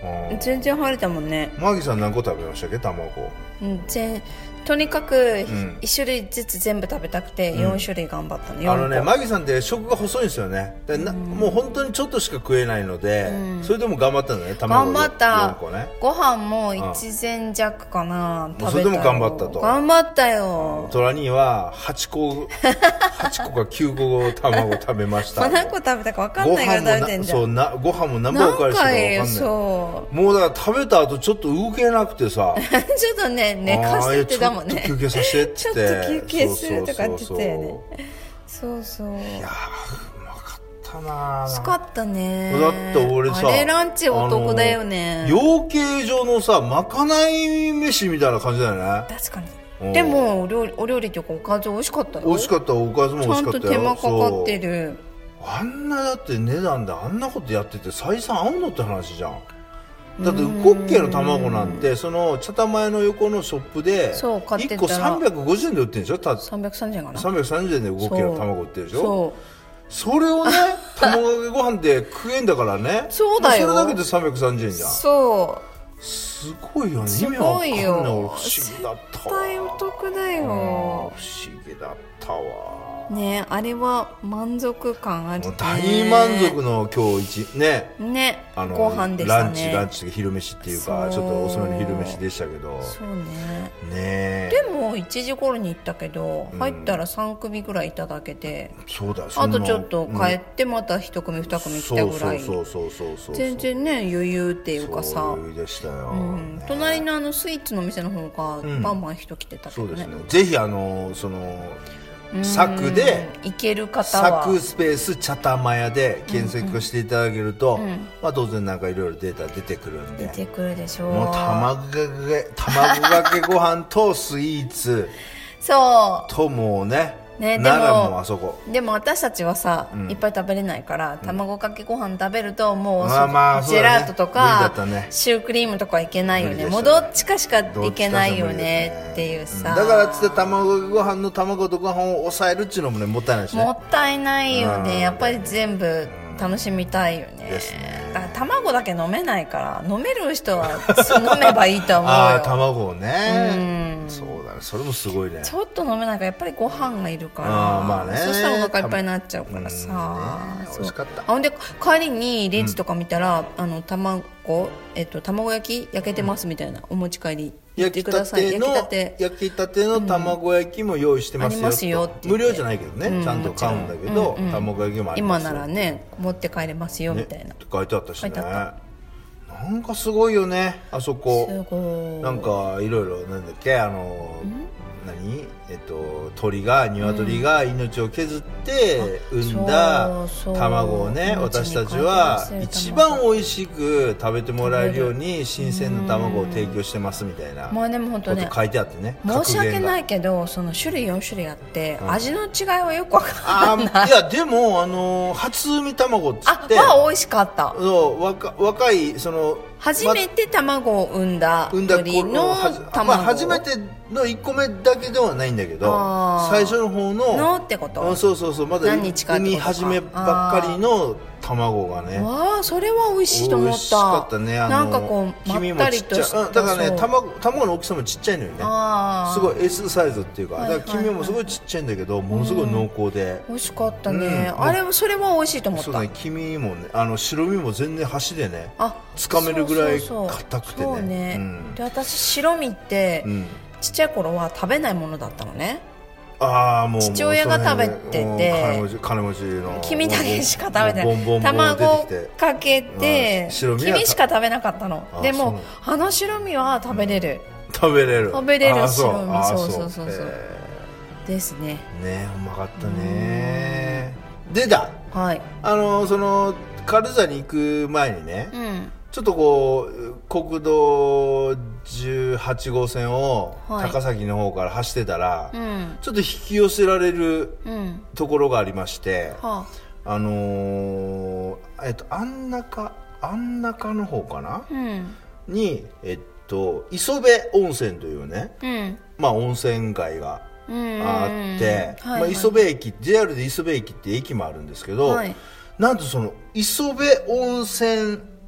Speaker 2: うん
Speaker 1: 全然入れたもんね。
Speaker 2: マギさん何個食べましたっけ卵？
Speaker 1: うん全とにかく
Speaker 2: ん
Speaker 1: いち種類ずつ全部食べたくてよん種類頑張ったの、よんこ。
Speaker 2: あのねマギさんって食が細いんですよね。でなもう本当にちょっとしか食えないので、それでも頑張ったんだね。卵
Speaker 1: 頑張った
Speaker 2: よんこね。
Speaker 1: ご飯もいちぜん弱かな、食べたよ。
Speaker 2: それでも頑張ったと。
Speaker 1: 頑張ったよ。
Speaker 2: トラにははちこはちこかきゅうこ卵食べました
Speaker 1: 何個食べたか分かんないから食べてんじゃん。
Speaker 2: そうなご飯も何本おかわりしたか分かんない。
Speaker 1: そう
Speaker 2: もうだから食べた後ちょっと動けなくてさ
Speaker 1: ちょっとね寝かしてってたもんね。
Speaker 2: ちょっと休憩させてって
Speaker 1: ちょっと休憩するとかって言ってたよね。そうそう。
Speaker 2: いやーうまかったな。
Speaker 1: 美味しかったね。
Speaker 2: だって俺さ
Speaker 1: あれランチお得だよね。
Speaker 2: 養鶏場のさまかない飯みたいな感じだよね。
Speaker 1: 確かに。でもお料理、お料理っていうかおかず美味しかったよ。
Speaker 2: 美味しかった。おかずも美味しかったよ。
Speaker 1: ちゃんと手間かかってる。
Speaker 2: あんなだって値段であんなことやってて採算合うのって話じゃん。だってウコッケの卵なんてその茶玉屋の横のショップで
Speaker 1: そう買ってたら
Speaker 2: いっこさんびゃくごじゅうえんで売ってるんでしょ。た
Speaker 1: さんびゃくさんじゅうえんかな。
Speaker 2: さんびゃくさんじゅうえんでウコッケの卵売ってるでしょ。
Speaker 1: そう
Speaker 2: それをね卵かけご飯で食えんだからね。
Speaker 1: そうだよ。
Speaker 2: それだけでさんびゃくさんじゅうえんじゃん。
Speaker 1: そう
Speaker 2: すごいよね。
Speaker 1: すごいよ。
Speaker 2: 意味わかんない。俺不思議だったわ。
Speaker 1: 絶対お得だよ。
Speaker 2: 不思議だったわ
Speaker 1: ね。あれは満足感あるね。
Speaker 2: 大満足の今日一ね
Speaker 1: ね
Speaker 2: あの
Speaker 1: ご飯でしたね。
Speaker 2: ランチランチというか昼飯っていうかちょっと遅めの昼飯でしたけど。
Speaker 1: そうね。
Speaker 2: ね
Speaker 1: でもいちじ頃に行ったけど、うん、入ったらさん組ぐらいいただけて、
Speaker 2: そうだ
Speaker 1: あとちょっと帰ってまたいち組に組来たぐらい、
Speaker 2: そうそうそうそうそう
Speaker 1: 全然ね余裕っていうかさ、
Speaker 2: 余裕でしたよ、
Speaker 1: うん、隣のあのスイーツの店の方がバンバン人来てたけどね、
Speaker 2: うん、そうですね。ぜひあのその柵で
Speaker 1: 行ける方は
Speaker 2: 柵スペース茶玉屋で検索していただけると、うんうん、まあ、当然なんかいろいろデータ出てくるんで
Speaker 1: 出てくるでしょう。
Speaker 2: もう卵かけ卵かけご飯とスイーツ
Speaker 1: そう
Speaker 2: ともうね
Speaker 1: ね、
Speaker 2: でもあそこ
Speaker 1: でも私たちはさ、うん、いっぱい食べれないから、卵かけご飯食べるともう、
Speaker 2: まあまあ
Speaker 1: ジェラートとか、
Speaker 2: ね、
Speaker 1: シュークリームとかいけないよね。もうどっちかしかいけないよねっていうさ、
Speaker 2: うん、だからつって卵かけご飯の卵とご飯を抑えるっていうのもねもったいないしね。
Speaker 1: もったいないよね。やっぱり全部楽しみたいよね。
Speaker 2: ですね。
Speaker 1: だから卵だけ飲めないから飲める人は飲めばいいと思うよ。
Speaker 2: ああ卵をね、
Speaker 1: うん、
Speaker 2: そうだね。それもすごいね。
Speaker 1: ちょっと飲めないからやっぱりご飯がいるから、
Speaker 2: あ、まあね、
Speaker 1: そしたらお腹いっぱいになっちゃうからさ、
Speaker 2: ね、美味しかった。
Speaker 1: あほんで帰りにレンジとか見たら、うん、あの卵、えっと、卵焼き焼けてますみたいな、うん、お持ち帰り
Speaker 2: 焼きたての焼きたての卵焼きも用意してますよ、うん、ありますよって無料じゃないけどね、うん、ちゃんと買うんだけど、うんうん、卵焼きもありますよ
Speaker 1: 今ならね持って帰れますよみたいな、ね、
Speaker 2: 書いてあったしね。なんかすごいよねあそこ。
Speaker 1: すごい。
Speaker 2: なんかいろいろなんだっけあの何えっと鳥が鶏が命を削って産んだ卵をね、私たちは一番美味しく食べてもらえるように新鮮な卵を提供してますみたいなこと書いてあってね。
Speaker 1: 申し訳ないけどその種類よん種類あって味の違いはよくわかんない。
Speaker 2: いやでもあの初産み卵っつって
Speaker 1: あは美味しかった。
Speaker 2: そう若若いその
Speaker 1: 初めて卵を産んだ鳥の卵、
Speaker 2: まあ、初めてのいっこめだけではないんだけど最初の方の
Speaker 1: のってこと。
Speaker 2: そうそうそうまだ産み始めばっかりの卵がね。
Speaker 1: わあそれは美味しいと思った。美味しかったね。あのなんかこうまったりとした
Speaker 2: だからね 卵, 卵の大きさもちっちゃいのよね。すごい エス サイズっていうか、はいはいはい、だから黄身もすごいちっちゃいんだけどものすごい濃厚で、
Speaker 1: うん、美味しかったね、うん、あれそれは美味しいと思った。
Speaker 2: そうね黄身もねあの白身も全然箸でねつかめるぐらい硬くてね。そうね、うん、
Speaker 1: で私白身って、うん、ちっちゃい頃は食べないものだったのね。
Speaker 2: ああもう
Speaker 1: 父親が食べてて
Speaker 2: 金持ち金持ちの
Speaker 1: 黄身だけしか食べない卵かけて黄身しか食べなかったの。でもあの白身は食べれる、
Speaker 2: うん、食べれる
Speaker 1: 食べれる白身。そうそうそうそうですね。
Speaker 2: ねうまかったね。でだ、
Speaker 1: はい、
Speaker 2: あのその軽井沢に行く前にね、うん、ちょっとこう国道じゅうはち号線を高崎の方から走ってたら、はいうん、ちょっと引き寄せられるところがありまして、うんはあ、あのー、えっと安中安中の方かな、うん、にえっと磯部温泉というね、うん、まあ温泉街があって、はいはいまあ、磯部駅 ジェイアール で磯部駅って駅もあるんですけど、はい、なんとその磯部温泉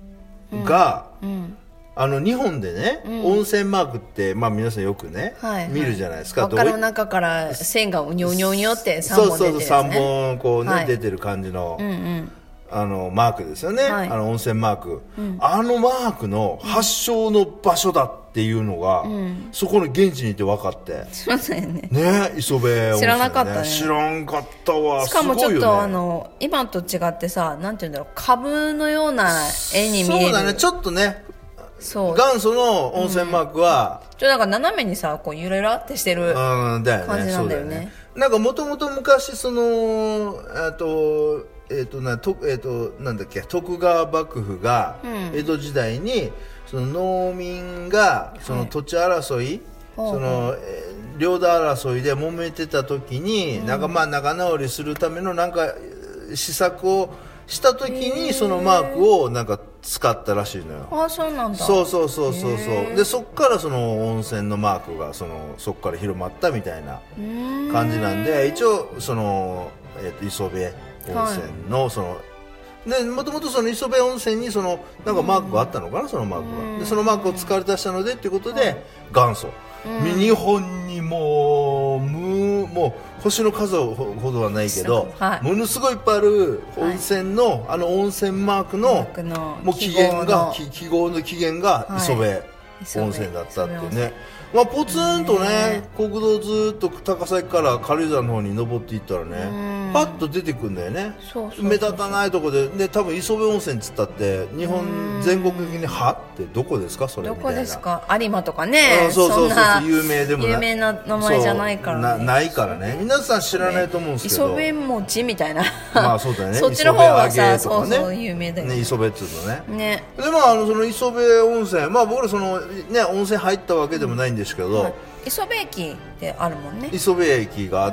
Speaker 2: が、
Speaker 1: うん、
Speaker 2: あの日本でね、うん、温泉マークって、まあ、皆さんよくね、はいはい、見るじゃないですか。
Speaker 1: 輪っかの中から線がうにょうにょうにょってさんぼん出てるやつね。
Speaker 2: そうそうそう、さんぼんこうね、はい、出てる感じの、うんうん、あのマークですよね、はい、あの温泉マーク、うん、あのマークの発祥の場所だっていうのが、うん、そこの現地にいて分かって、
Speaker 1: そうだよね、
Speaker 2: ね、磯部温泉、ね、
Speaker 1: 知らなかったね。
Speaker 2: 知らんかったわ。
Speaker 1: しかもちょっと、
Speaker 2: すごいよね、
Speaker 1: あの今と違ってさ、なんていうんだろう、株のような絵に見える。
Speaker 2: そうだね、ちょっとね、そう元祖の温泉マークは、
Speaker 1: うん、ちょっとなんか斜めにさ、こうゆらゆらってしてる感じなんだよね。うん、そうだよね。
Speaker 2: なんかもともと昔そのあとえーとなとえー、となんだっけ、徳川幕府が江戸時代に、うん、その農民がその土地争い、はい、その、えー、領土争いで揉めてた時に、うん、なんかまあ仲直りするためのなんか施策をした時にそのマークをなんか使ったらしいのよ。
Speaker 1: あ、そうなんだ。
Speaker 2: そうそうそうそうそう。でそっからその温泉のマークがそのそっから広まったみたいな感じなんで、一応その、えー、と磯部温泉のその、でもともとその磯部温泉にそのなんかマークがあったのかな、そのマークが。でそのマークを使われ出したのでっていうことで元祖。日本にもうむもう星の数ほどはないけど、はい、ものすごいいっぱいある温泉の、はい、あの温泉マークのもう起源が記号の起源が磯部温泉だったっていうね。まあ、ポツンとね、国道ずっと高崎から軽井沢の方に登っていったらね、パッと出てくるんだよね。そうそうそうそう、目立たないとこで、で多分磯部温泉っつったって日本全国的にはってどこですかそれみたいな。
Speaker 1: どこですか、有馬とかね、
Speaker 2: そうそうそうそう、有名でもない、
Speaker 1: 有名な名前じゃないからね。
Speaker 2: な, ないからね、皆さん知らないと思うんですけど、
Speaker 1: 磯部餅みたいな
Speaker 2: まあそうだよね、
Speaker 1: そっちの方がさ、ね、そうそう有名だよね、
Speaker 2: ね、磯部っつうのね。
Speaker 1: ね
Speaker 2: でまあ、あのその磯部温泉、まあ僕らそのね温泉入ったわけでもないんですけど、はい、
Speaker 1: 磯部駅ってあるもんね。
Speaker 2: 磯部駅があって、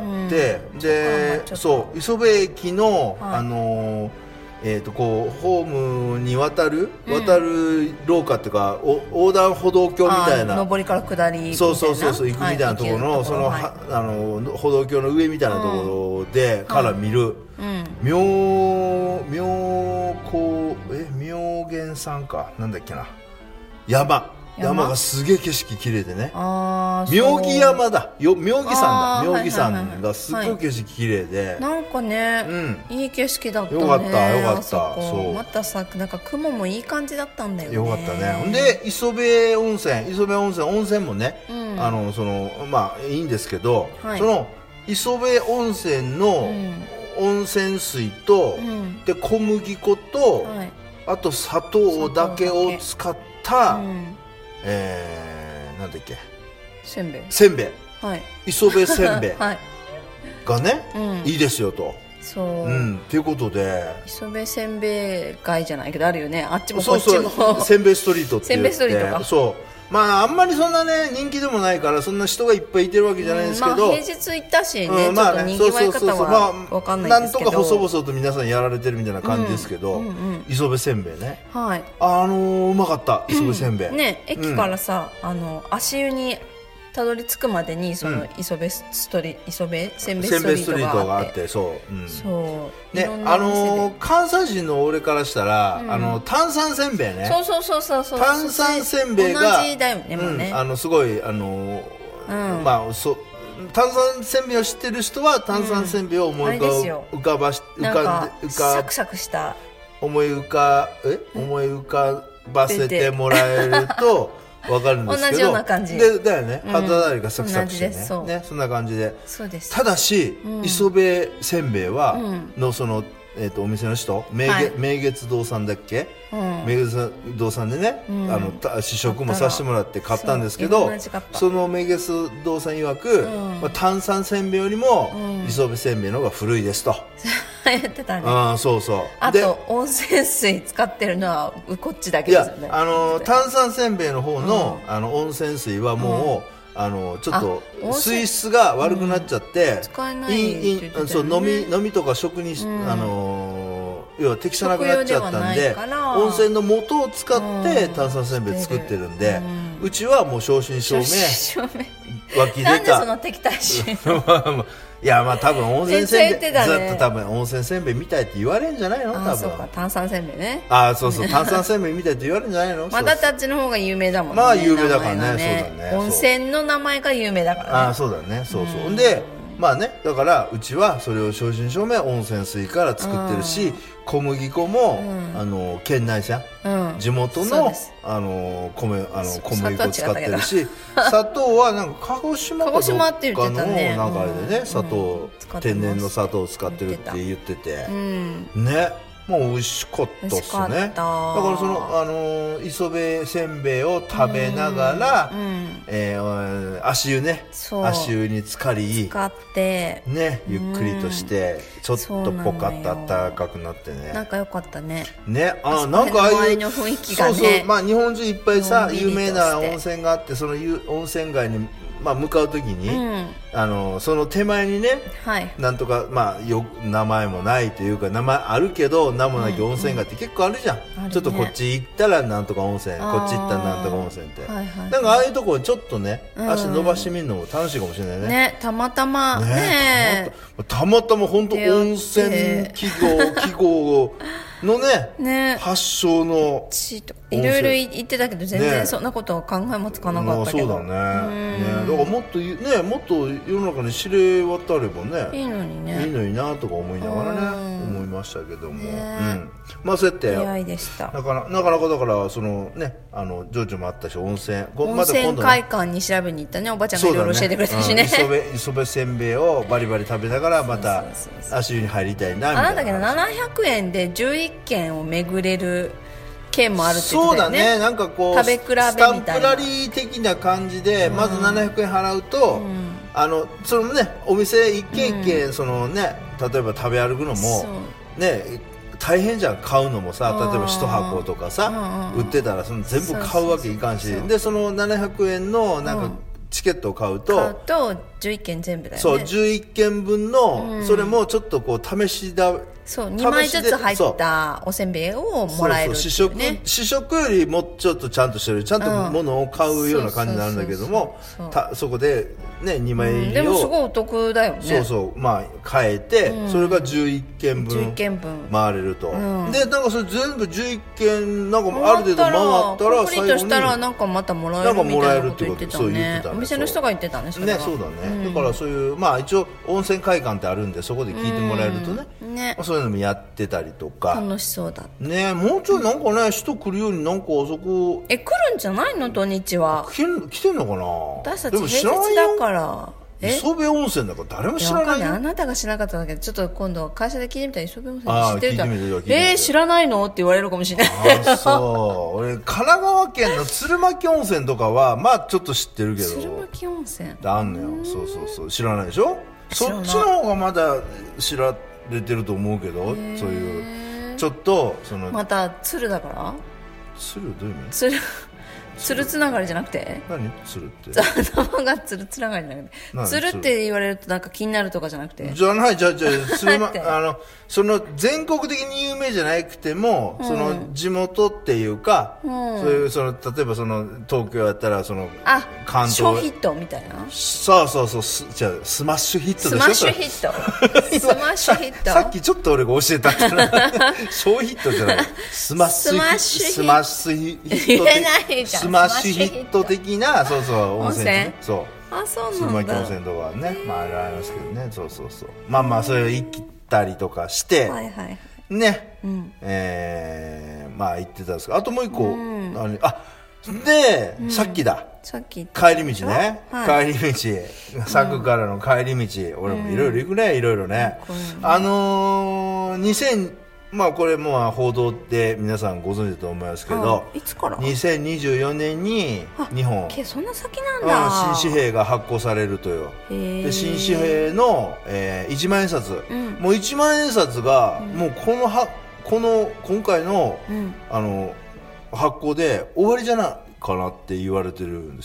Speaker 2: うん、でそう磯部駅の、はい、あのえー、とこうホームに渡る、うん、渡る廊下っていうかお横断歩道橋みたいな、
Speaker 1: 上りから下りみたいな、
Speaker 2: そうそうそうそう行くみたいなところの、はい、その、はい、あの歩道橋の上みたいなところで、うん、から見る、うん、妙妙高え妙見山かなんだっけな、山山がすげえ景色綺麗でね、あ妙義山だよ、妙義山だ、妙義山がすごい景色綺麗で、
Speaker 1: なんかね、うん、いい景色だったね。
Speaker 2: よかったよかった。
Speaker 1: そうまたさ、なんか雲もいい感じだったんだよね。
Speaker 2: よかったね。で磯部温泉、磯部温泉温泉もね、うん、あのそのまあいいんですけど、はい、その磯部温泉の温泉水と、うん、で小麦粉と、はい、あと砂糖だけを使った、うん、えー、なんだっけ、
Speaker 1: せんべい
Speaker 2: せんべい、はい、磯部せんべいがね、
Speaker 1: うん、
Speaker 2: いいですよと。そう、うん、っていうことで
Speaker 1: 磯部せんべい街じゃないけどあるよね、あっちもこっちも。
Speaker 2: そうそう、せんべいストリートって言って、せんべいストリートか。そうまああんまりそんなね人気でもないからそんな人がいっぱいいてるわけじゃないですけど、うん、まあ、
Speaker 1: 平日行ったしね、うん、まあね、ちょっと賑わい方は分かんないですけど、
Speaker 2: なんとか細々と皆さんやられてるみたいな感じですけど、うんうんうん、磯部せんべいね、
Speaker 1: はい、
Speaker 2: あのー、うまかった磯部せんべい、
Speaker 1: うん、ね、駅からさ、うん、あの足湯にたどり着くまでにその磯部ストリ磯部せんべいストリートがあって、
Speaker 2: そう、うん、
Speaker 1: そう
Speaker 2: ね、あのー、関西人の俺からしたら、うん、あの炭酸せんべいね、
Speaker 1: そうそうそうそうそう、
Speaker 2: 炭酸せんべいが
Speaker 1: 同じだよね、もうね、
Speaker 2: うん、あのすごいあのーうん、まあそ炭酸せんべいを知ってる人は炭酸せんべいを思い浮かばし、
Speaker 1: うん、浮かんで浮かサクサクした
Speaker 2: 思い浮かえ思い浮かばせてもらえるとわかるんですけど、
Speaker 1: 同じような感じ
Speaker 2: でだよね、肌触りがサクサクしてね、うん、ね、そんな感じで、
Speaker 1: そうです。
Speaker 2: ただし、うん、磯部せんべいは、うん、のそのえー、とお店の人、明月、はい、明月堂さんだっけ、うん、明月堂さんでね、うん、あの試食もさせてもらって買ったんですけど、その明月堂さん曰く、うん、まあ、炭酸せんべいよりも、うん、磯部せんべいの方が古いですと
Speaker 1: 言ってたね。
Speaker 2: あ、そうそう。
Speaker 1: あと温泉水使ってるのはこっちだけですよね。
Speaker 2: いや、あの炭酸せんべいの方の、うん、あの温泉水はもう、うん、あのちょっと水質が悪くなっちゃって、うん、
Speaker 1: 使えないって言ってたよね。
Speaker 2: そう、飲み飲みとか食に、うん、あの要は適さなくなっちゃったんで、温泉の素を使って炭酸せんべい作ってるんで、うん、うちはもう正真正銘湧き出た。
Speaker 1: なんでその敵対心
Speaker 2: いいやまあ多分温泉せんべい、
Speaker 1: めっちゃ言ってたね
Speaker 2: ずっと多分温泉せんべいみたいって言われるんじゃないの多分。
Speaker 1: あそうか炭酸せんべいね
Speaker 2: ああそうそう炭酸せんべいみたいって言われるんじゃないの
Speaker 1: まだたっちの方が有名だもんね。
Speaker 2: まあ有名だからね
Speaker 1: 名前が
Speaker 2: そうだね
Speaker 1: 温泉の名前が有名だからね。
Speaker 2: ああそうだねそうそう、ん、でまあねだからうちはそれを正真正銘温泉水から作ってるし、小麦粉も、うん、あの県内産、うん、地元のあの米あの小麦粉使ってるし砂糖はなんか鹿児島かどっかのなんかあれでね砂糖、うん、天然の砂糖を使ってるって言ってて、うん、ねもう美味しかったっすね。だからそのあの磯辺せんべいを食べながら、うんうんえー、足湯ね足湯に浸かり
Speaker 1: 使って
Speaker 2: ねゆっくりとして、うん、ちょっとポカッと暖かくなってね
Speaker 1: なんか良かったね
Speaker 2: ねあなんかああいう
Speaker 1: 周りの雰囲気がね
Speaker 2: そうそうまあ日本中いっぱいさ有名な温泉があってその温泉街にまあ、向かうときに、うん、あのその手前にね、はい、なんとか、まあ、よ名前もないというか名前あるけど名もなき温泉街って結構あるじゃん、うんうん、ちょっとこっち行ったらなんとか温泉こっち行ったらなんとか温泉って、はいはい、なんかああいうところちょっとね、うん、足伸ばしてみるのも楽しいかもしれないね。
Speaker 1: ねたまたまねね
Speaker 2: たまたま本当温泉記号記号の ね, ね発祥の
Speaker 1: いろいろ言ってたけど全然そんなことは考えもつかなかったけど、
Speaker 2: ね、そうだね、ねだからもっとねもっと世の中に知れ渡ればね
Speaker 1: いいのにね
Speaker 2: いいのになとか思いながらね思いましたけども、ねうん、まあそうやって
Speaker 1: 出会いでした
Speaker 2: なかなかなかなかだからそのねあの情緒もあったし温泉
Speaker 1: 温泉会館に調べに行ったねおばちゃんがいろいろ教えてくれたしね
Speaker 2: 磯辺磯辺せんべいをバリバリ食べながらまた足湯に入りたいなみたいな
Speaker 1: あなたけどななひゃくえんでじゅういっけんを巡れる券もあるって言ってたよね。
Speaker 2: そうだねなんかこう
Speaker 1: 食べ比べみたいな
Speaker 2: スタンプラリー的な感じで、うん、まずななひゃくえん払うと、うん、あのそのねお店一軒一軒、うん、そのね例えば食べ歩くのもね大変じゃん買うのもさ例えば一箱とかさ売ってたらその全部買うわけいかんしでそのななひゃくえんのなんかチケットを買うと
Speaker 1: 買うとじゅういっけん全部だよね
Speaker 2: そうじゅういっけんぶんの、うん、それもちょっとこう試しだ
Speaker 1: そうにまいずつ入ったおせんべいをもらえるっていうね
Speaker 2: そうそう試食、試食よりもうちょっとちゃんとしてるちゃんと物を買うような感じになるんだけどもそこでねにまい入りを、
Speaker 1: うん、でもすごいお得だよね
Speaker 2: そうそうまあ変えて、うん、それがじゅういっけんぶん回れると、うん、でなんかそれ全部じゅういっけんなんかある程度回ったら
Speaker 1: コンプリートしたらなんかまたもらえるみたいなこと言ってたねお店の人が言ってたねそれは
Speaker 2: ねそうだね、うん、だからそういうまあ一応温泉会館ってあるんでそこで聞いてもらえるとね、うんねそういうのもやってたりとか
Speaker 1: 楽しそうだ
Speaker 2: ねもうちょいなんかね人来るようになんかあそこ
Speaker 1: え来るんじゃないの土日は
Speaker 2: 来来てんのかな
Speaker 1: 私たち平日だから
Speaker 2: 磯辺温泉だから誰も知らないよ
Speaker 1: あなたが知らなかっただけでちょっと今度会社で聞いてみたら磯辺温泉知ってるかえー、知らないのって言われるかもしれない
Speaker 2: あそう俺神奈川県の鶴巻温泉とかはまあちょっと知ってるけど
Speaker 1: 鶴巻温泉
Speaker 2: あんのよそうそうそう知らないでしょそっちの方がまだ知られてると思うけどそういうちょっとその
Speaker 1: また鶴だから
Speaker 2: 鶴どういう意味
Speaker 1: 鶴鶴つながりじゃなくて
Speaker 2: 何鶴って
Speaker 1: 頭が鶴つながりじゃなくて鶴って言われるとなんか気になるとかじゃなくて
Speaker 2: じゃないじゃあじゃあ鶴まあのその全国的に有名じゃなくても、うん、その地元っていうか、うん、そういうその例えばその東京やったらその
Speaker 1: あ関東ショーヒットみたいな
Speaker 2: そうそうそうすじゃあスマッシュヒットでしょ
Speaker 1: スマッシュヒットスマッシュヒット
Speaker 2: さっきちょっと俺が教えたってショーヒットじゃないスマッシュヒットスマッシュヒット
Speaker 1: 言えないじゃん
Speaker 2: スマッシュヒット的なそうそう温泉、
Speaker 1: ね、
Speaker 2: そう
Speaker 1: あそうなんだ
Speaker 2: 鶴巻温泉とかねまあありますけどねそうそうそうまあまあそれを行ったりとかして
Speaker 1: はいはいはい
Speaker 2: ね、うん、えー、まあ行ってたんですけどあともう一個、うん、ああで、うん、さっきだ
Speaker 1: さっき
Speaker 2: 帰り道ね、はい、帰り道佐久からの帰り道、うん、俺もいろいろ行くねいろいろね、うん、あのー、にせんまあこれも報道って皆さんご存知だと思いますけど
Speaker 1: いつから
Speaker 2: にせんにじゅうよねんに日本
Speaker 1: そんな先なんだ
Speaker 2: 新紙幣が発行されるとよで新紙幣の、えー、いちまんえん札、うん、もういちまんえん札が、うん、もうこのはこの今回の、うん、あの発行で終わりじゃないかなって言われてるんですよ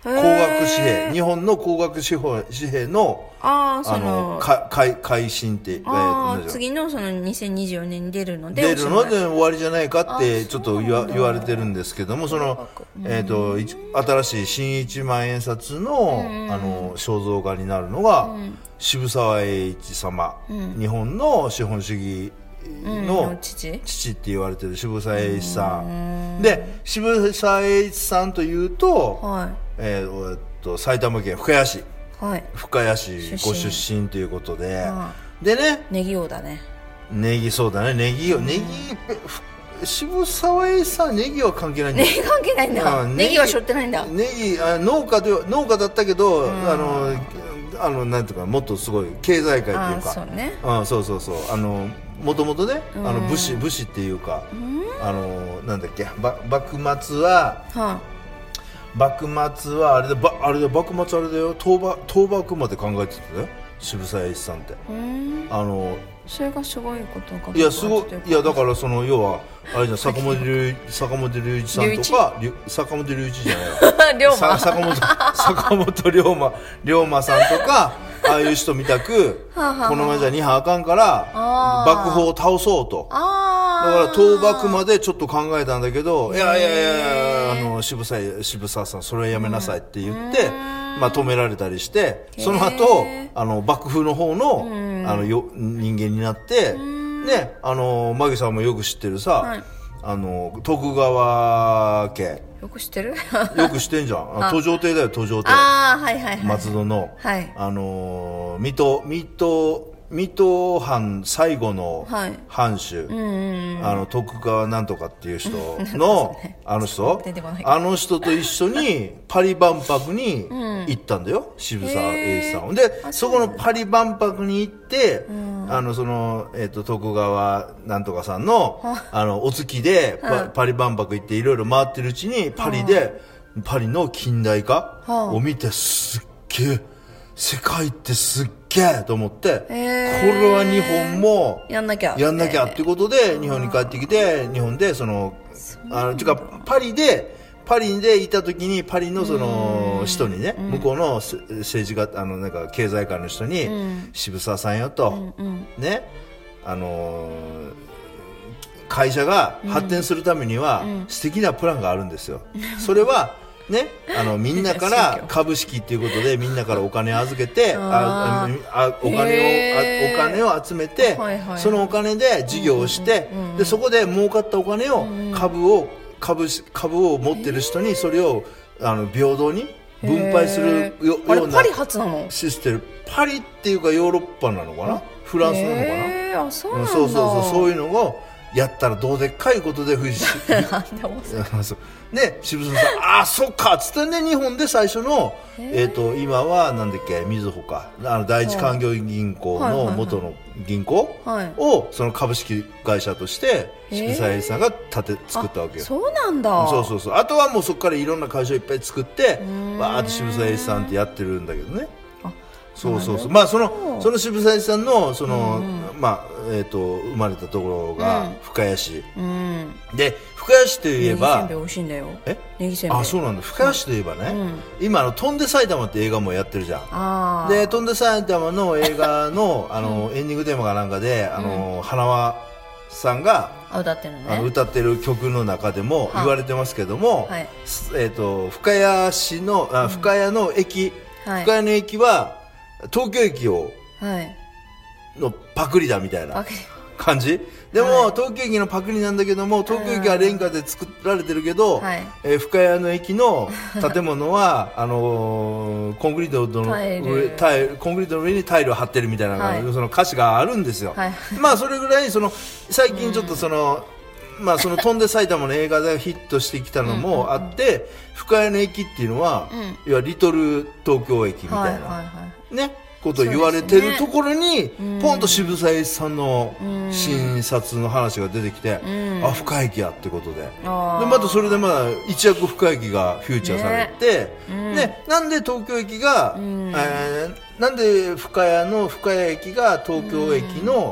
Speaker 2: 工学紙幣、日本の工学紙幣の
Speaker 1: ああそ
Speaker 2: のか改改新って、
Speaker 1: あー次のそのにせんにじゅうよねんに出るので
Speaker 2: 出るので終わりじゃないかってちょっと言わ言われてるんですけども、その、えー、といち新しい新いちまん円札の、あの肖像画になるのが、渋沢栄一様、日本の資本主義の父父って言われてる渋沢栄一さんで、渋沢栄一さんというと、はいえー、えっと埼玉県深谷市、はい、深谷市ご出身ということで、ああでね、
Speaker 1: ネギ王だね。
Speaker 2: ネギそうだね、ネギ王、ネギ渋沢栄一さんネギは関係ないんだ。
Speaker 1: ネギ関係ないんだ。ネギは背負ってないんだ。
Speaker 2: ネギあ農家で農家だったけど、うん、あのあのなんていうかもっとすごい経済界っていうか、
Speaker 1: あそうね、
Speaker 2: うん、そうそうそう、あのもともとね、あの武士武士っていうか、うん、あのなんだっけ、ば幕末は、はあ、幕末はあれでばあれで幕末あれだよ、倒幕倒幕まで考えてたよ渋沢栄一さんって。あの
Speaker 1: それがすごいことか。
Speaker 2: いやすごい、いやだからその要はあれじゃん、坂本龍坂本龍一さんとか坂本龍一じゃないよ坂本坂本龍馬龍馬さんとかああいう人みたくこのままじゃにはあかんから幕府を倒そうと。だから倒幕までちょっと考えたんだけど、いやいやいやあの渋沢渋沢さんそれはやめなさいって言って、まあ、止められたりして、その後あの幕府の方のあのよ人間になって、ね、あのマギさんもよく知ってるさ、はい、あの徳川家
Speaker 1: よく知ってる
Speaker 2: よく知ってんじゃん。途上邸だよ、途上邸。
Speaker 1: ああ、はいはいはい。
Speaker 2: 松戸の、はい、あの水戸水戸水戸藩最後の藩主、はい、あの徳川なんとかっていう人のあの人あの人と一緒にパリ万博に行ったんだよ、うん、渋沢栄一さんで、そこのパリ万博に行って、うん、あのその、えー、と徳川なんとかさんのあのお付きで パ, パリ万博行っていろいろ回ってるうちにパリでパリの近代化を見て、すっげえ世界ってすっげえと思って、これは日本も
Speaker 1: やんなきゃ
Speaker 2: やんなきゃっていうことで日本に帰ってきて、日本でそのあのてかパリでパリでいた時にパリのその人にね、向こうの政治家あのなんか経済界の人に、渋沢さんよとね、あの会社が発展するためには素敵なプランがあるんですよ。それはね、あのみんなから株式っていうことでみんなからお金預けてああお金をあお金を集めて、はいはい、そのお金で事業をして、うんうんうん、でそこで儲かったお金を株を株株を持ってる人にそれをあの平等に分配するようなシステム。パリっていうかヨーロッパなのかな、フランスなのかな、
Speaker 1: あそうなんだ、
Speaker 2: そうそうそう、そういうのをやったらどうでっかいことで藤ね、渋沢さん、ああ、そっかっつってね、日本で最初の、えーと、今はなんだっけ、みずほか、あの第一勧業銀行の元の銀行をその株式会社として渋沢栄一さんが立て作ったわけよ。
Speaker 1: そうなんだ。
Speaker 2: そうそうそう。あとはもうそこからいろんな会社をいっぱい作ってわーって渋沢栄一さんってやってるんだけどね。そうそうそう。まあそのその渋沢栄一さんのその、うん、まあえっ、ー、と生まれたところが深谷市、うん、で深谷市といえば
Speaker 1: ネギせんべい美味しいんだよ。
Speaker 2: え？
Speaker 1: ネギせんべい。
Speaker 2: あ、そうなんだ。深谷市といえばね、うん、今あの飛んで埼玉って映画もやってるじゃん。あで飛んで埼玉の映画のあのエンディングテーマかなんかであの、うん、花輪さんが
Speaker 1: 歌ってるね。
Speaker 2: あの歌ってる曲の中でも言われてますけども、はい、えっ、ー、と深谷市のあ深谷の駅、うんはい、深谷の駅は東京駅を、はい、のパクリだみたいな感じでも、はい、東京駅のパクリなんだけども東京駅はレンガで作られてるけど、はいえー、深谷の駅の建物はあのー、コンクリートの上タイルコンクリートの上にタイルを張ってるみたいな、はい、その歌詞があるんですよ、はい、まあそれぐらいその最近ちょっとその、まあ、その飛んで埼玉の映画でヒットしてきたのもあって深谷の駅っていうのは、うん、いわゆるリトル東京駅みたいな、はいはいはいね、ことを言われてるところに、ね、ポンと渋沢栄一さんの診察の話が出てきて、うん、あ深谷駅やってことででまたそれでまあ一躍深谷駅がフューチャーされて、ねね、なんで東京駅が、うんえー、なんで深谷の深谷駅が東京駅の、うん